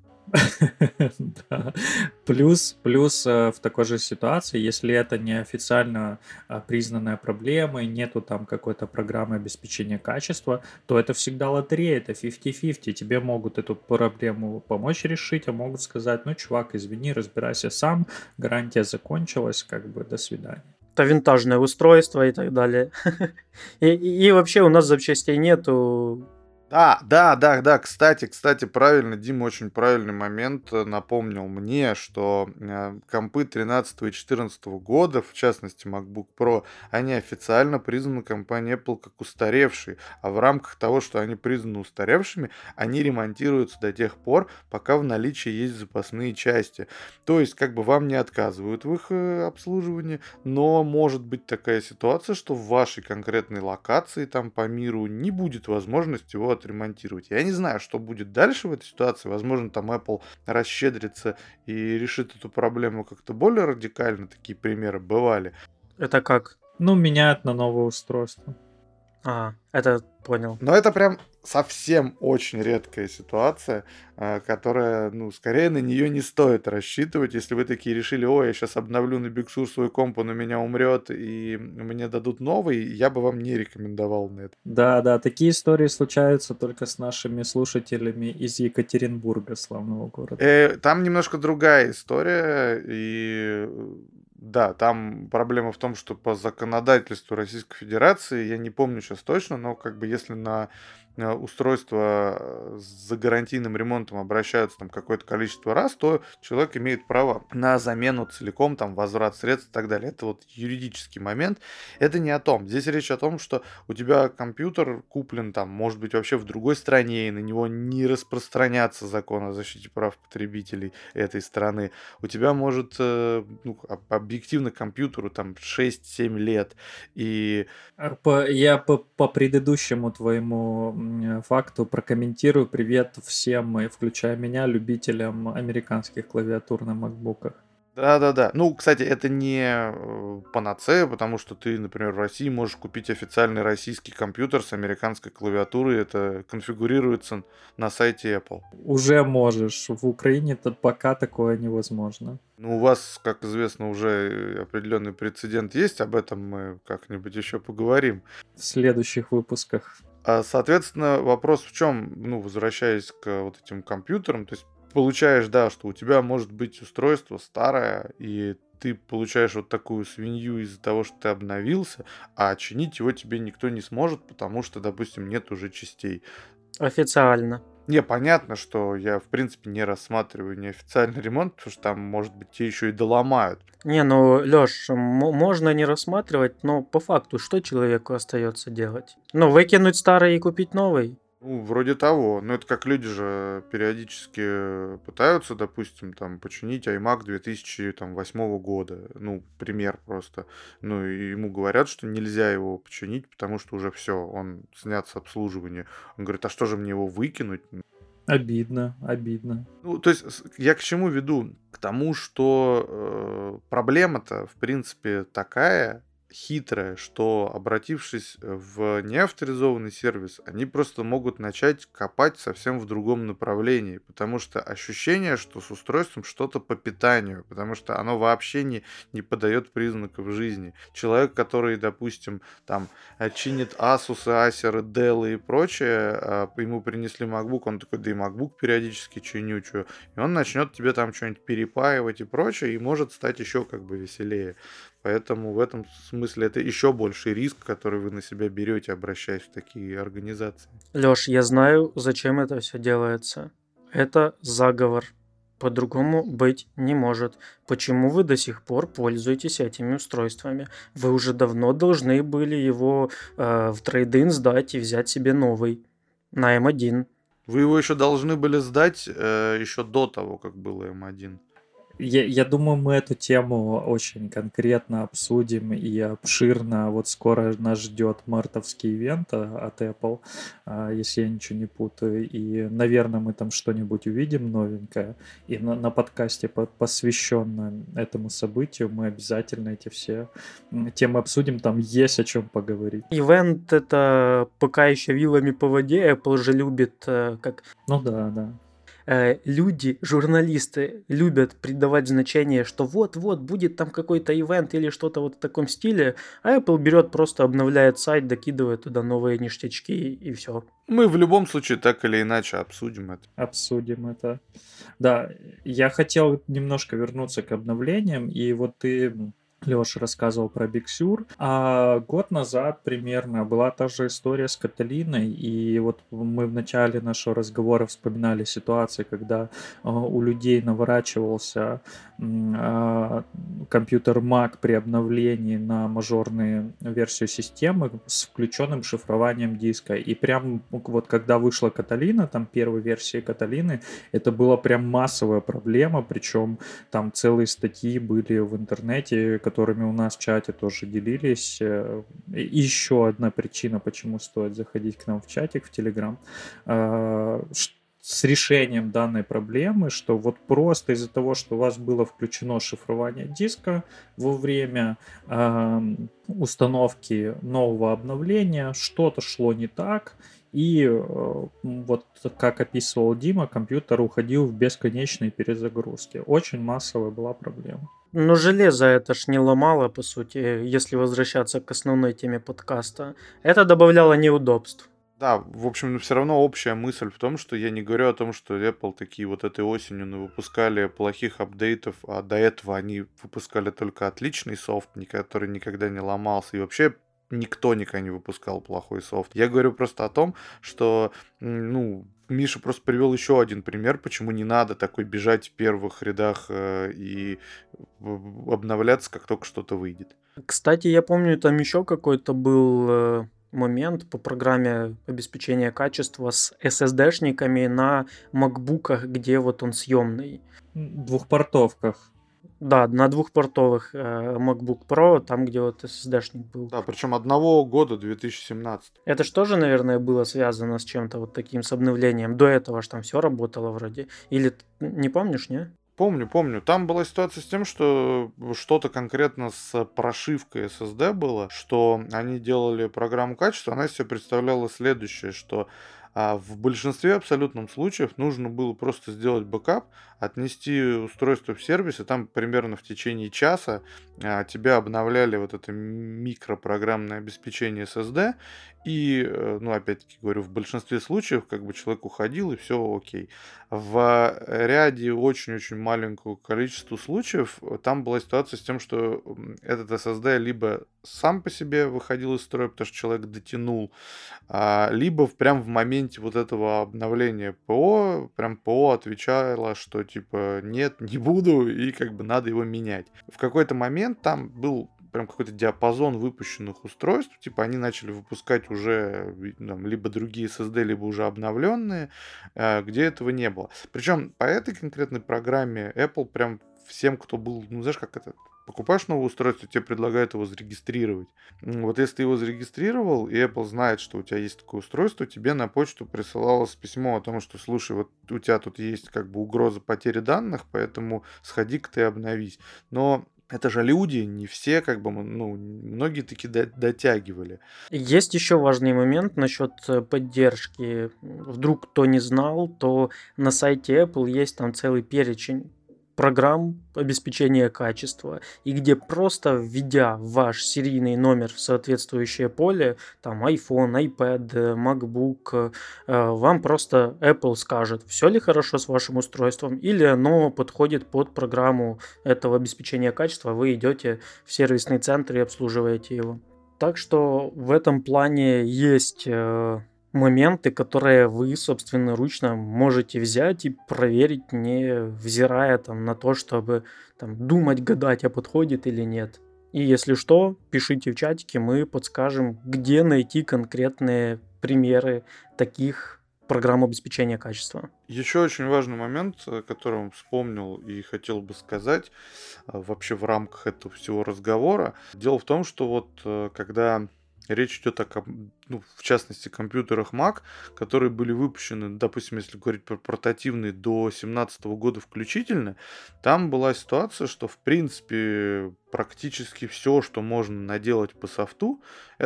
Да. Плюс, плюс э, в такой же ситуации, если это не официально а, признанная проблема и нету там какой-то программы обеспечения качества, то это всегда лотерея, это пятьдесят на пятьдесят. Тебе могут эту проблему помочь решить, а могут сказать, ну, чувак, извини, разбирайся сам, гарантия закончилась, как бы, до свидания. Это винтажное устройство и так далее. И, и- и вообще у нас запчастей нету. Да, да, да, да, кстати, кстати, правильно, Дима очень правильный момент э, напомнил мне, что э, компы тринадцатого и четырнадцатого года, в частности MacBook Pro, они официально признаны компанией Apple как устаревшие, а в рамках того, что они признаны устаревшими, они ремонтируются до тех пор, пока в наличии есть запасные части. То есть, как бы вам не отказывают в их э, обслуживании, но может быть такая ситуация, что в вашей конкретной локации там по миру не будет возможности его отремонтировать. Я не знаю, что будет дальше в этой ситуации. Возможно, там Apple расщедрится и решит эту проблему как-то более радикально. Такие примеры бывали. Это как? Ну, меняют на новое устройство. А, это понял. Но это прям совсем очень редкая ситуация, а, которая, ну, скорее на нее не стоит рассчитывать. Если вы такие решили, ой, я сейчас обновлю на Big Sur свой комп, он у меня умрет, и мне дадут новый, я бы вам не рекомендовал на это. Да, да, такие истории случаются только с нашими слушателями из Екатеринбурга, славного города. Э, Там немножко другая история, и э, да, там проблема в том, что по законодательству Российской Федерации, я не помню сейчас точно, но как бы если на э, устройства с гарантийным ремонтом обращаются там какое-то количество раз, то человек имеет право на замену целиком, там, возврат средств и так далее. Это вот юридический момент. Это не о том. Здесь речь о том, что у тебя компьютер куплен там, может быть, вообще в другой стране, и на него не распространяться закон о защите прав потребителей этой страны. У тебя может э, ну, об- объективно компьютеру там шесть-семь лет, и А, по- Я по, по предыдущему твоему м, факту прокомментирую. Привет всем, и включая меня, любителям американских клавиатур на макбуках. да-да-да. Ну, кстати, это не э, панацея, потому что ты, например, в России можешь купить официальный российский компьютер с американской клавиатурой. Это конфигурируется на сайте Apple. Уже можешь. В Украине-то пока такое невозможно. Ну, у вас, как известно, уже определенный прецедент есть. Об этом мы как-нибудь еще поговорим. В следующих выпусках. А, Соответственно, вопрос в чем, ну, возвращаясь к вот этим компьютерам, то есть получаешь, да, что у тебя может быть устройство старое, и ты получаешь вот такую свинью из-за того, что ты обновился, а чинить его тебе никто не сможет, потому что, допустим, нет уже частей. Официально. Не, понятно, что я, в принципе, не рассматриваю неофициальный ремонт, потому что там, может быть, те еще и доломают. Не, ну, Лёш, м- можно не рассматривать, но по факту, что человеку остается делать? Ну, выкинуть старый и купить новый? Ну, вроде того. Но это как люди же периодически пытаются, допустим, там, починить iMac две тысячи восьмого года. Ну, пример просто. Ну, и ему говорят, что нельзя его починить, потому что уже все, он снят с обслуживания. Он говорит, а что же мне его выкинуть? Обидно, обидно. Ну, то есть с- я к чему веду? К тому, что э, проблема-то, в принципе, такая хитрая, что, обратившись в неавторизованный сервис, они просто могут начать копать совсем в другом направлении, потому что ощущение, что с устройством что-то по питанию, потому что оно вообще не, не подает признаков жизни. Человек, который, допустим, там э, чинит Asus, Acer, Dell и прочее, а ему принесли MacBook, он такой, да и MacBook периодически чиню, чё. И он начнет тебе там что-нибудь перепаивать и прочее, и может стать еще как бы веселее. Поэтому в этом смысле это еще больший риск, который вы на себя берете, обращаясь в такие организации. Лёш, я знаю, зачем это все делается. Это заговор. По-другому быть не может. Почему вы до сих пор пользуетесь этими устройствами? Вы уже давно должны были его э, в трейд-ин сдать и взять себе новый на эм один. Вы его еще должны были сдать э, еще до того, как было эм один. Я, я думаю, мы эту тему очень конкретно обсудим и обширно. Вот скоро нас ждет мартовский ивент а, от Apple, а, если я ничего не путаю. И, наверное, мы там что-нибудь увидим новенькое. И на, на подкасте, по- посвященном этому событию, мы обязательно эти все м, темы обсудим. Там есть о чем поговорить. Ивент это пока еще вилами по воде. Apple же любит, э, как Ну да, да. э, люди, журналисты любят придавать значение, что вот-вот будет там какой-то ивент или что-то вот в таком стиле, а Apple берет, просто обновляет сайт, докидывает туда новые ништячки и все. Мы в любом случае так или иначе обсудим это. Обсудим это. Да, я хотел немножко вернуться к обновлениям, и вот ты, Леша, рассказывал про Big Sur, а год назад примерно была та же история с Каталиной, и вот мы в начале нашего разговора вспоминали ситуации, когда а, у людей наворачивался м, а, компьютер Mac при обновлении на мажорную версию системы с включенным шифрованием диска, и прям вот когда вышла Каталина, там первой версии Каталины, это была прям массовая проблема, причем там целые статьи были в интернете, которыми у нас в чате тоже делились. Э, и еще одна причина, почему стоит заходить к нам в чатик, в Телеграм, э, ш- с решением данной проблемы, что вот просто из-за того, что у вас было включено шифрование диска во время эм, установки нового обновления, что-то шло не так, и э, вот как описывал Дима, компьютер уходил в бесконечные перезагрузки. Очень массовая была проблема. Но железо это ж не ломало, по сути, если возвращаться к основной теме подкаста. Это добавляло неудобств. Да, в общем, все равно общая мысль в том, что я не говорю о том, что Apple такие вот этой осенью выпускали плохих апдейтов, а до этого они выпускали только отличный софт, ни- который никогда не ломался. И вообще никто никогда не выпускал плохой софт. Я говорю просто о том, что, ну, Миша просто привел еще один пример, почему не надо такой бежать в первых рядах э, и обновляться, как только что-то выйдет. Кстати, я помню, там еще какой-то был э, момент по программе обеспечения качества с эс эс ди-шниками на макбуках, где вот он съемный. Двухпортовках. Да, на двухпортовых э, MacBook Pro, там, где вот эс эс ди-шник был. Да, причем одного года, две тысячи семнадцатого. Это же тоже, наверное, было связано с чем-то вот таким, с обновлением. До этого же там все работало вроде. Или т- не помнишь, не? Помню, помню. Там была ситуация с тем, что что-то конкретно с прошивкой эс эс ди было, что они делали программу качества, она из себя представляла следующее, что а, в большинстве абсолютном случаев нужно было просто сделать бэкап, отнести устройство в сервис, и там примерно в течение часа а, тебя обновляли вот это микропрограммное обеспечение эс эс ди, и, э, ну, опять-таки говорю, в большинстве случаев как бы человек уходил, и все окей. В ряде очень-очень маленького количества случаев э, там была ситуация с тем, что м, этот эс эс ди либо сам по себе выходил из строя, потому что человек дотянул, а, либо в, прям в моменте вот этого обновления ПО, прям ПО отвечало, что типа нет, не буду, и как бы надо его менять. В какой-то момент там был прям какой-то диапазон выпущенных устройств, типа они начали выпускать уже там, либо другие эс эс ди, либо уже обновленные, э, где этого не было. Причем по этой конкретной программе Apple прям всем, кто был, ну знаешь, как это, покупаешь новое устройство, тебе предлагают его зарегистрировать. Вот если ты его зарегистрировал, и Apple знает, что у тебя есть такое устройство, тебе на почту присылалось письмо о том, что, слушай, вот у тебя тут есть как бы угроза потери данных, поэтому сходи-ка ты обновись. Но это же люди, не все, как бы, ну, многие таки дотягивали. Есть еще важный момент насчет э, поддержки. Вдруг кто не знал, то на сайте Apple есть там целый перечень программ обеспечения качества, и где просто введя ваш серийный номер в соответствующее поле, там iPhone, iPad, MacBook, вам просто Apple скажет, все ли хорошо с вашим устройством, или оно подходит под программу этого обеспечения качества, вы идете в сервисный центр и обслуживаете его. Так что в этом плане есть э, моменты, которые вы собственноручно можете взять и проверить, не взирая там на то, чтобы там, думать, гадать, а подходит или нет. И если что, пишите в чатике, мы подскажем, где найти конкретные примеры таких программ обеспечения качества. Еще очень важный момент, который вспомнил и хотел бы сказать вообще в рамках этого всего разговора. Дело в том, что вот когда речь идет о, ну, в частности, компьютерах Mac, которые были выпущены, допустим, если говорить про портативные, до две тысячи семнадцатого года включительно, там была ситуация, что, в принципе, практически все, что можно наделать по софту,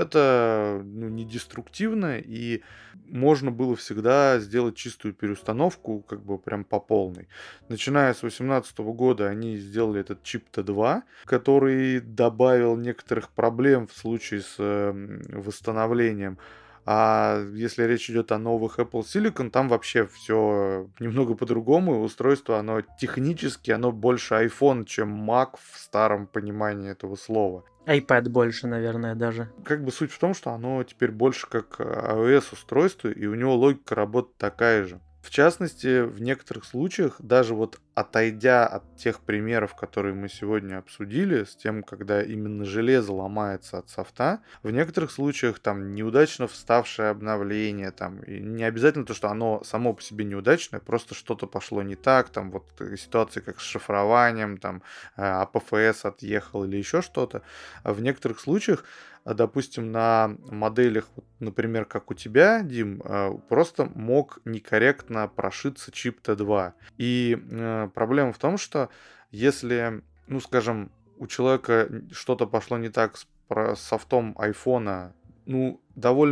это, ну, не деструктивно, и можно было всегда сделать чистую переустановку, как бы прям по полной. Начиная с две тысячи восемнадцатого года они сделали этот чип ти два, который добавил некоторых проблем в случае с восстановлением. А если речь идет о новых Apple Silicon, там вообще все немного по-другому. Устройство, оно технически, оно больше iPhone, чем Mac в старом понимании этого слова. iPad больше, наверное, даже. Как бы суть в том, что оно теперь больше как iOS устройство, и у него логика работы такая же. В частности, в некоторых случаях, даже вот отойдя от тех примеров, которые мы сегодня обсудили, с тем, когда именно железо ломается от софта, в некоторых случаях там неудачно вставшее обновление, там, и не обязательно то, что оно само по себе неудачное, просто что-то пошло не так, там вот ситуации как с шифрованием, там а пэ эф эс отъехал или еще что-то. А в некоторых случаях, допустим, на моделях, например, как у тебя, Дим, просто мог некорректно прошиться чип ти два. И проблема в том, что если, ну, скажем, у человека что-то пошло не так с софтом айфона, ну, довольно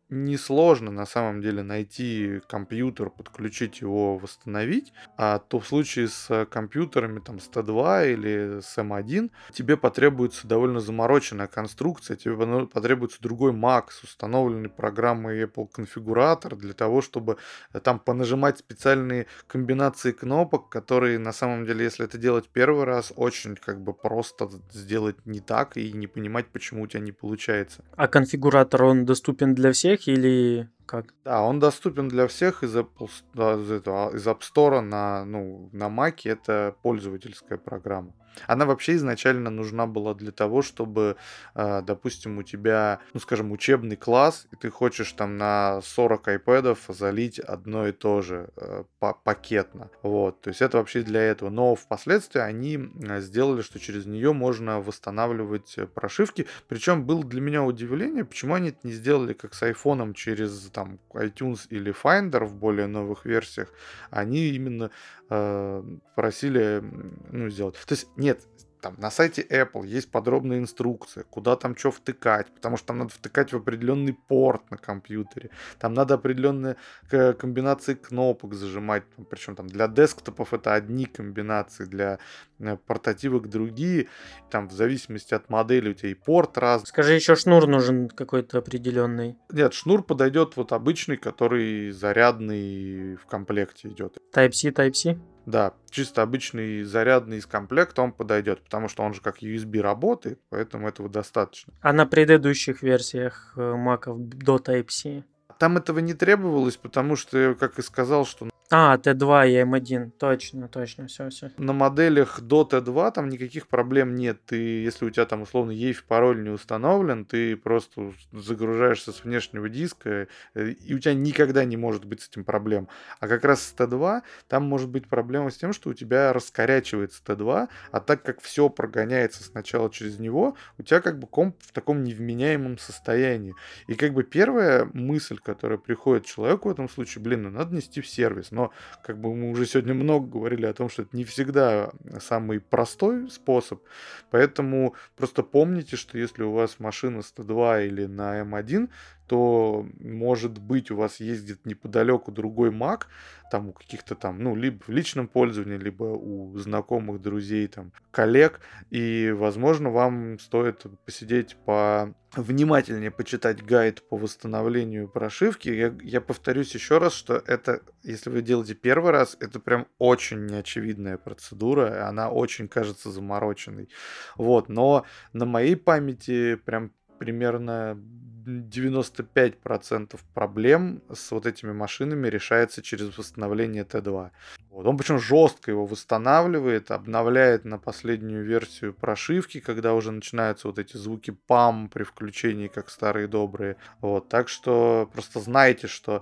несложно на самом деле найти компьютер, подключить его, восстановить, а то в случае с компьютерами там с Т два или с М один тебе потребуется довольно замороченная конструкция, тебе поно- потребуется другой Mac с установленной программой Apple конфигуратор для того, чтобы э, там понажимать специальные комбинации кнопок, которые на самом деле, если это делать первый раз, очень как бы просто сделать не так и не понимать, почему у тебя не получается. А конфигуратор, он доступен для всех или как? Да, он доступен для всех из Apple, с- да, из, этого, из App Store на, ну, на Mac. Это пользовательская программа. Она вообще изначально нужна была для того, чтобы, э, допустим, у тебя, ну, скажем, учебный класс, и ты хочешь там на сорок айпэдов залить одно и то же э, па- пакетно. Вот, то есть это вообще для этого. Но впоследствии они м, сделали, что через нее можно восстанавливать э, прошивки. Причем было для меня удивление, почему они это не сделали как с айфоном через там iTunes или Finder в более новых версиях. Они именно э, просили м, ну, сделать. То есть нет, там на сайте Apple есть подробная инструкция, куда там что втыкать, потому что там надо втыкать в определенный порт на компьютере, там надо определенные к- комбинации кнопок зажимать, причем там для десктопов это одни комбинации, для э, портативок другие, там в зависимости от модели у тебя и порт разный. Скажи, еще шнур нужен какой-то определенный. Нет, шнур подойдет вот обычный, который зарядный в комплекте идет. Type-C, Type-C? Да, чисто обычный зарядный из комплекта он подойдет, потому что он же как ю эс би работает, поэтому этого достаточно. А на предыдущих версиях э, маков до Type-C? Там этого не требовалось, потому что, я как и сказал, что А, Т два и М один. Точно, точно, все, все. на моделях до Т два там никаких проблем нет. Ты, если у тебя там условно и эйф пароль не установлен, ты просто загружаешься с внешнего диска, э, и у тебя никогда не может быть с этим проблем. А как раз с Т два там может быть проблема с тем, что у тебя раскорячивается Т два, а так как все прогоняется сначала через него, у тебя как бы комп в таком невменяемом состоянии. И как бы первая мысль, которая приходит человеку в этом случае, блин, ну надо нести в сервис. Но как бы мы уже сегодня много говорили о том, что это не всегда самый простой способ. Поэтому просто помните, что если у вас машина с Т два или на М один, то, может быть, у вас ездит неподалеку другой Mac, там у каких-то там, ну, либо в личном пользовании, либо у знакомых, друзей, там, коллег, и, возможно, вам стоит посидеть по внимательнее почитать гайд по восстановлению прошивки. Я, я повторюсь еще раз, что это, если вы делаете первый раз, это прям очень неочевидная процедура, и она очень кажется замороченной. Вот, но на моей памяти прям примерно девяносто пять процентов проблем с вот этими машинами решается через восстановление Т два. Вот. Он причем жестко его восстанавливает, обновляет на последнюю версию прошивки, когда уже начинаются вот эти звуки пам при включении, как старые добрые. Вот. Так что просто знайте, что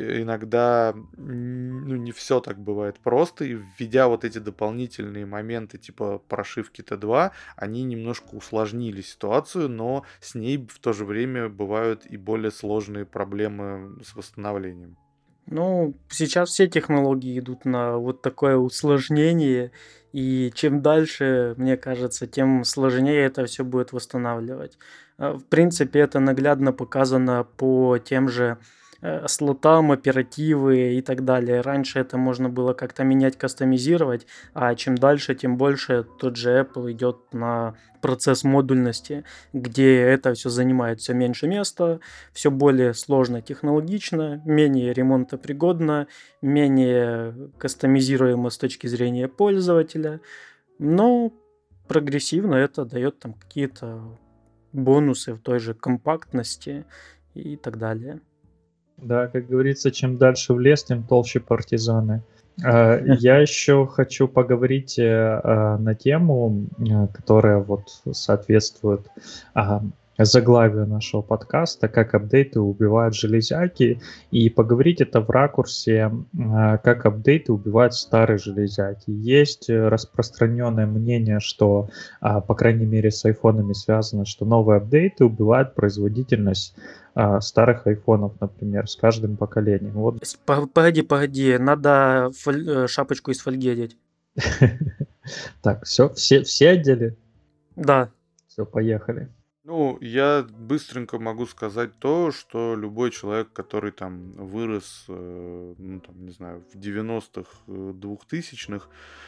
иногда ну, не все так бывает просто, и введя вот эти дополнительные моменты типа прошивки Т два, они немножко усложнили ситуацию, но с ней в то же время бывают и более сложные проблемы с восстановлением. Ну, сейчас все технологии идут на вот такое усложнение, и чем дальше, мне кажется, тем сложнее это все будет восстанавливать. А, В принципе, это наглядно показано по тем же э, слотам, оперативы и так далее. Раньше это можно было как-то менять, кастомизировать, а чем дальше, тем больше тот же Apple идет на процесс модульности, где это все занимает все меньше места, все более сложно технологично, менее ремонтопригодно, менее кастомизируемо с точки зрения пользователя, но прогрессивно это дает там какие-то бонусы в той же компактности и так далее. Да, как говорится, чем дальше в лес, тем толще партизаны. А, Я еще хочу поговорить э, э, на тему, э, которая вот соответствует а, заглавию нашего подкаста, как апдейты убивают железяки, и поговорить это в ракурсе, э, как апдейты убивают старые железяки. Есть э, распространенное мнение, что, а, по крайней мере, с айфонами связано, что новые апдейты убивают производительность а, старых айфонов, например, с каждым поколением. Вот. С- по- Погоди, погоди, надо фоль- э, шапочку из фольги одеть. Так, все, все, все одели? Да, Все, поехали. Ну, я быстренько могу сказать то, что любой человек, который там вырос, э, ну, там, не знаю, в девяностых, э, двухтысячных,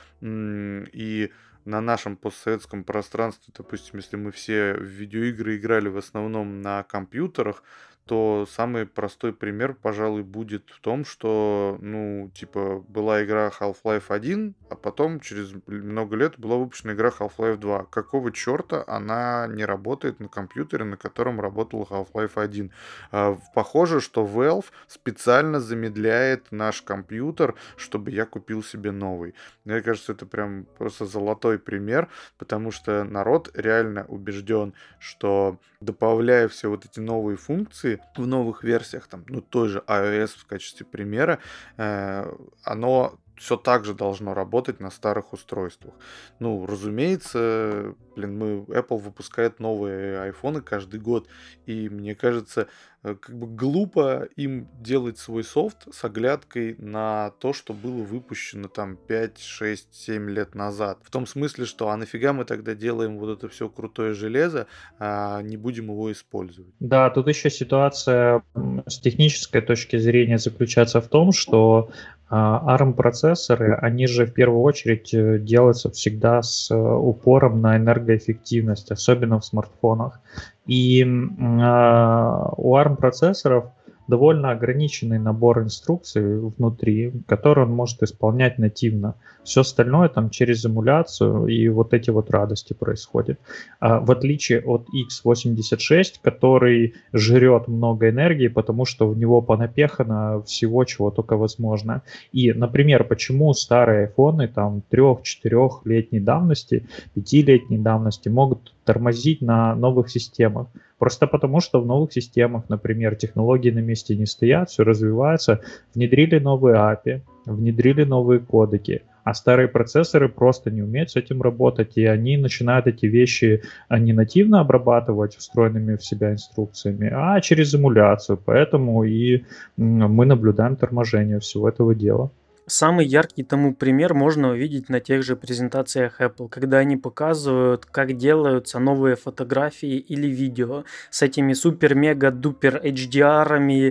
м, и на нашем постсоветском пространстве, допустим, если мы все в видеоигры играли в основном на компьютерах, то самый простой пример, пожалуй, будет в том, что, ну, типа, была игра Half-Life один, а потом через много лет была выпущена игра Half-Life два. Какого черта она не работает на компьютере, на котором работал Half-Life один? А, Похоже, что Valve специально замедляет наш компьютер, чтобы я купил себе новый. Мне кажется, это прям просто золотой пример, потому что народ реально убежден, что добавляя все вот эти новые функции в новых версиях, там, ну, той же iOS в качестве примера, э, оно все так же должно работать на старых устройствах. Ну, разумеется, блин, мы, Apple выпускает новые айфоны каждый год, и мне кажется, э, как бы глупо им делать свой софт с оглядкой на то, что было выпущено там пять, шесть, семь лет назад. В том смысле, что а нафига мы тогда делаем вот это все крутое железо, а не будем его использовать. Да, тут еще ситуация м, с технической точки зрения заключается в том, что а, ARM-процессоры, они же в первую очередь э, делаются всегда с э, упором на энергоэффективность, особенно в смартфонах. И м, а, у ARM-процессоров довольно ограниченный набор инструкций внутри, который он может исполнять нативно. Все остальное там через эмуляцию и вот эти вот радости происходят. А, в отличие от икс восемьдесят шесть, который жрет много энергии, потому что в него понапехано всего, чего только возможно. И, например, почему старые айфоны там трех-четырехлетней давности, пятилетней давности могут тормозить на новых системах? Просто потому, что в новых системах, например, технологии на месте не стоят, все развивается, внедрили новые эй пи ай, внедрили новые кодеки, а старые процессоры просто не умеют с этим работать, и они начинают эти вещи не нативно обрабатывать встроенными в себя инструкциями, а через эмуляцию. Поэтому и мы наблюдаем торможение всего этого дела. Самый яркий тому пример можно увидеть на тех же презентациях Apple, когда они показывают, как делаются новые фотографии или видео с этими супер-мега-дупер эйч ди ар-ами,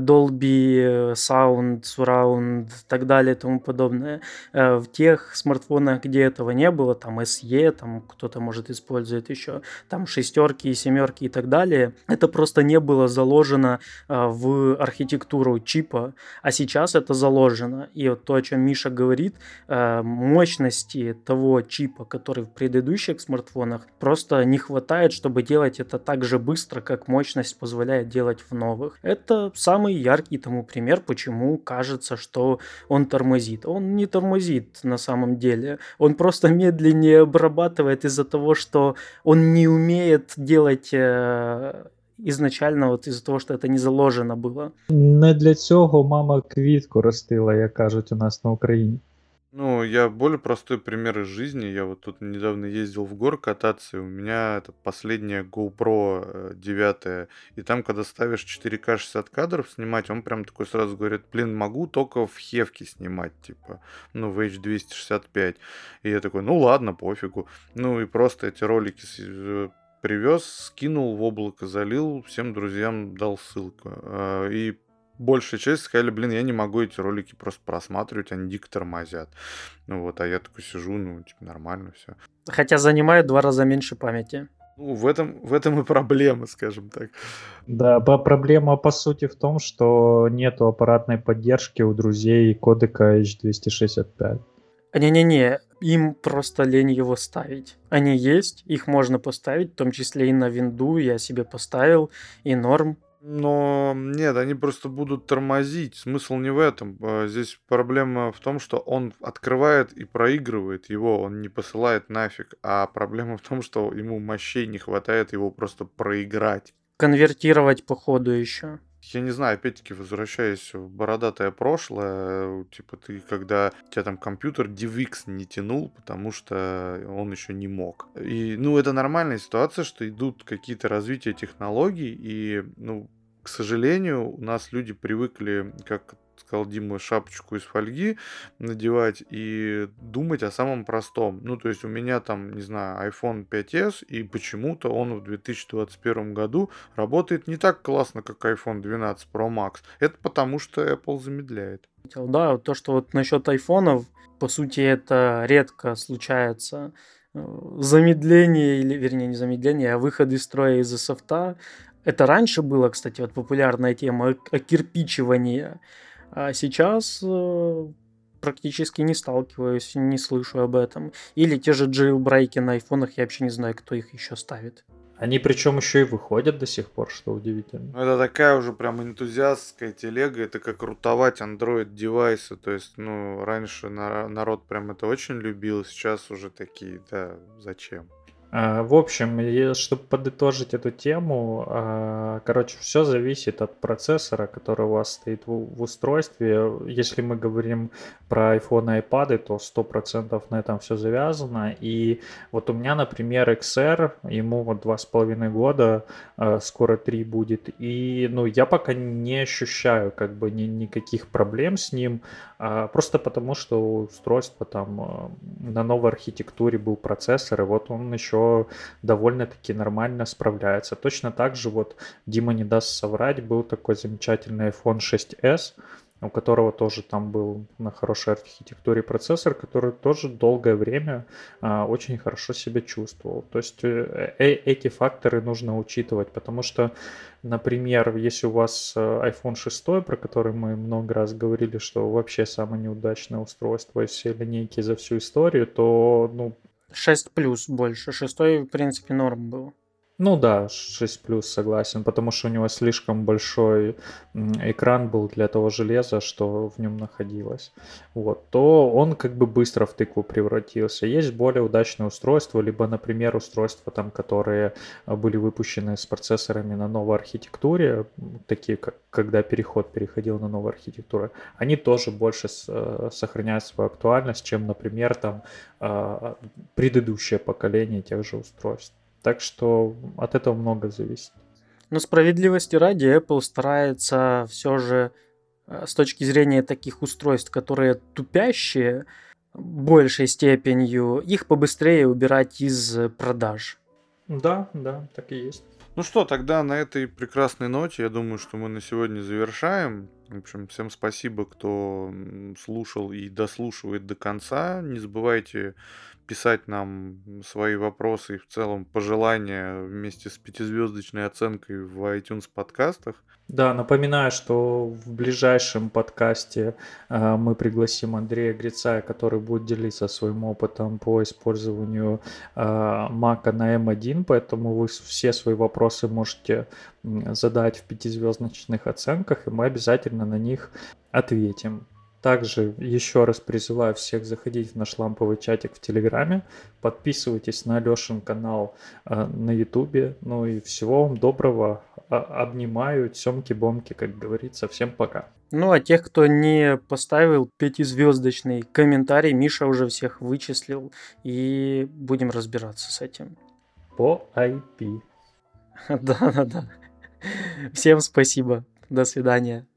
Dolby Sound, Surround и так далее и тому подобное. Э, В тех смартфонах, где этого не было, там эс и, там кто-то, может, использует еще, там шестерки, семерки и так далее, это просто не было заложено э, в архитектуру чипа, а сейчас это заложено. И вот то, о чем Миша говорит, э, мощности того чипа, который в предыдущих смартфонах, просто не хватает, чтобы делать это так же быстро, как мощность позволяет делать в новых. Это самый яркий тому пример, почему кажется, что он тормозит. Он не тормозит на самом деле. Он просто медленнее обрабатывает из-за того, что он не умеет делать э, изначально, вот из-за того, что это не заложено было. Не для цього мама квітку ростила, як кажуть у нас на Україні. Ну, я более простой пример из жизни. Я вот тут недавно ездил в горы кататься, и у меня это последняя GoPro девять. И там, когда ставишь четыре ка шестьдесят кадров снимать, он прям такой сразу говорит, блин, могу только в хевке снимать, типа, ну, в эйч двести шестьдесят пять. И я такой, ну ладно, пофигу. Ну и просто эти ролики с- э, привез, скинул в облако, залил, всем друзьям дал ссылку. А, И большая часть сказали, блин, я не могу эти ролики просто просматривать, они дико тормозят. Ну вот, а я такой сижу, ну, типа, нормально все. Хотя занимает в два раза меньше памяти. Ну, в этом, в этом и проблема, скажем так. Да, по- проблема по сути в том, что нету аппаратной поддержки у друзей кодека эйч двести шестьдесят пять. Не-не-не, им просто лень его ставить. Они есть, их можно поставить, в том числе и на винду, я себе поставил, и норм. Но нет, они просто будут тормозить. Смысл не в этом. А, Здесь проблема в том, что он открывает и проигрывает его, он не посылает нафиг. А проблема в том, что ему мощей не хватает его просто проиграть. Конвертировать по ходу еще. Я не знаю, опять-таки, возвращаясь в бородатое прошлое, э, типа ты, когда у тебя там компьютер DivX не тянул, потому что он еще не мог. И, ну, это нормальная ситуация, что идут какие-то развития технологий, и, ну, к сожалению, у нас люди привыкли как сказал Дима, шапочку из фольги надевать и думать о самом простом. Ну, то есть у меня там, не знаю, айфон пять эс, и почему-то он в две тысячи двадцать первом году работает не так классно, как айфон двенадцать Pro Max. Это потому, что Apple замедляет. Да, то, что вот насчет айфонов, по сути, это редко случается. Замедление, или, вернее, не замедление, а выход из строя из-за софта. Это раньше было, кстати, вот популярная тема окирпичивания. А сейчас э, практически не сталкиваюсь, не слышу об этом. Или те же джейлбрейки на айфонах, я вообще не знаю, кто их еще ставит. Они причем еще и выходят до сих пор, что удивительно. Ну, это такая уже прям энтузиастская телега, это как рутовать Android-девайсы, то есть, ну, раньше на- народ прям это очень любил, сейчас уже такие, да, зачем? А, В общем, чтобы подытожить эту тему, а, короче, все зависит от процессора, который у вас стоит в в устройстве. Если мы говорим про iPhone и iPad, то сто процентов на этом все завязано. И вот у меня, например, икс ар, ему вот два с половиной года, а, скоро три будет. И, ну, я пока не ощущаю как бы ни- никаких проблем с ним, а, просто потому что у устройства там а, на новой архитектуре был процессор, и вот он еще довольно-таки нормально справляется. Точно так же вот Дима не даст соврать, был такой замечательный iPhone шесть эс, у которого тоже там был на хорошей архитектуре процессор, который тоже долгое время а, очень хорошо себя чувствовал. То есть э, э- эти факторы нужно учитывать, потому что, например, если у вас э, iPhone шесть, про который мы много раз говорили, что вообще самое неудачное устройство из всей линейки за всю историю, то, ну, шесть плюс больше. Шестой, в принципе, норм был. Ну да, шесть плюс согласен, потому что у него слишком большой м, экран был для того железа, что в нем находилось. Вот, то он как бы быстро в тыкву превратился. Есть более удачные устройства, либо, например, устройства, там, которые а, были выпущены с процессорами на новой архитектуре, м, такие как когда переход переходил на новую архитектуру, они тоже больше с- э, сохраняют свою актуальность, чем, например, там а, предыдущее поколение тех же устройств. Так что от этого много зависит. Но справедливости ради, Apple старается все же э, с точки зрения таких устройств, которые тупящие, большей степенью, их побыстрее убирать из э, продаж. Да, да, так и есть. Ну что, тогда на этой прекрасной ноте, я думаю, что мы на сегодня завершаем. В общем, всем спасибо, кто м, слушал и дослушивает до конца. Не забывайте писать нам свои вопросы и в целом пожелания вместе с пятизвездочной оценкой в iTunes подкастах. Да, напоминаю, что в ближайшем подкасте э, мы пригласим Андрея Грицая, который будет делиться своим опытом по использованию э, Mac на эм один, поэтому вы с- все свои вопросы можете м, задать в пятизвездочных оценках, и мы обязательно на них ответим. Также еще раз призываю всех заходить в наш ламповый чатик в Телеграме, подписывайтесь на Алешин канал э, на Ютубе. Ну и всего вам доброго. А- Обнимаю, тёмки-бомки, как говорится. Всем пока. Ну, а тех, кто не поставил пятизвездочный комментарий, Миша уже всех вычислил, и будем разбираться с этим. По ай пи. Да-да-да. Всем спасибо. До свидания.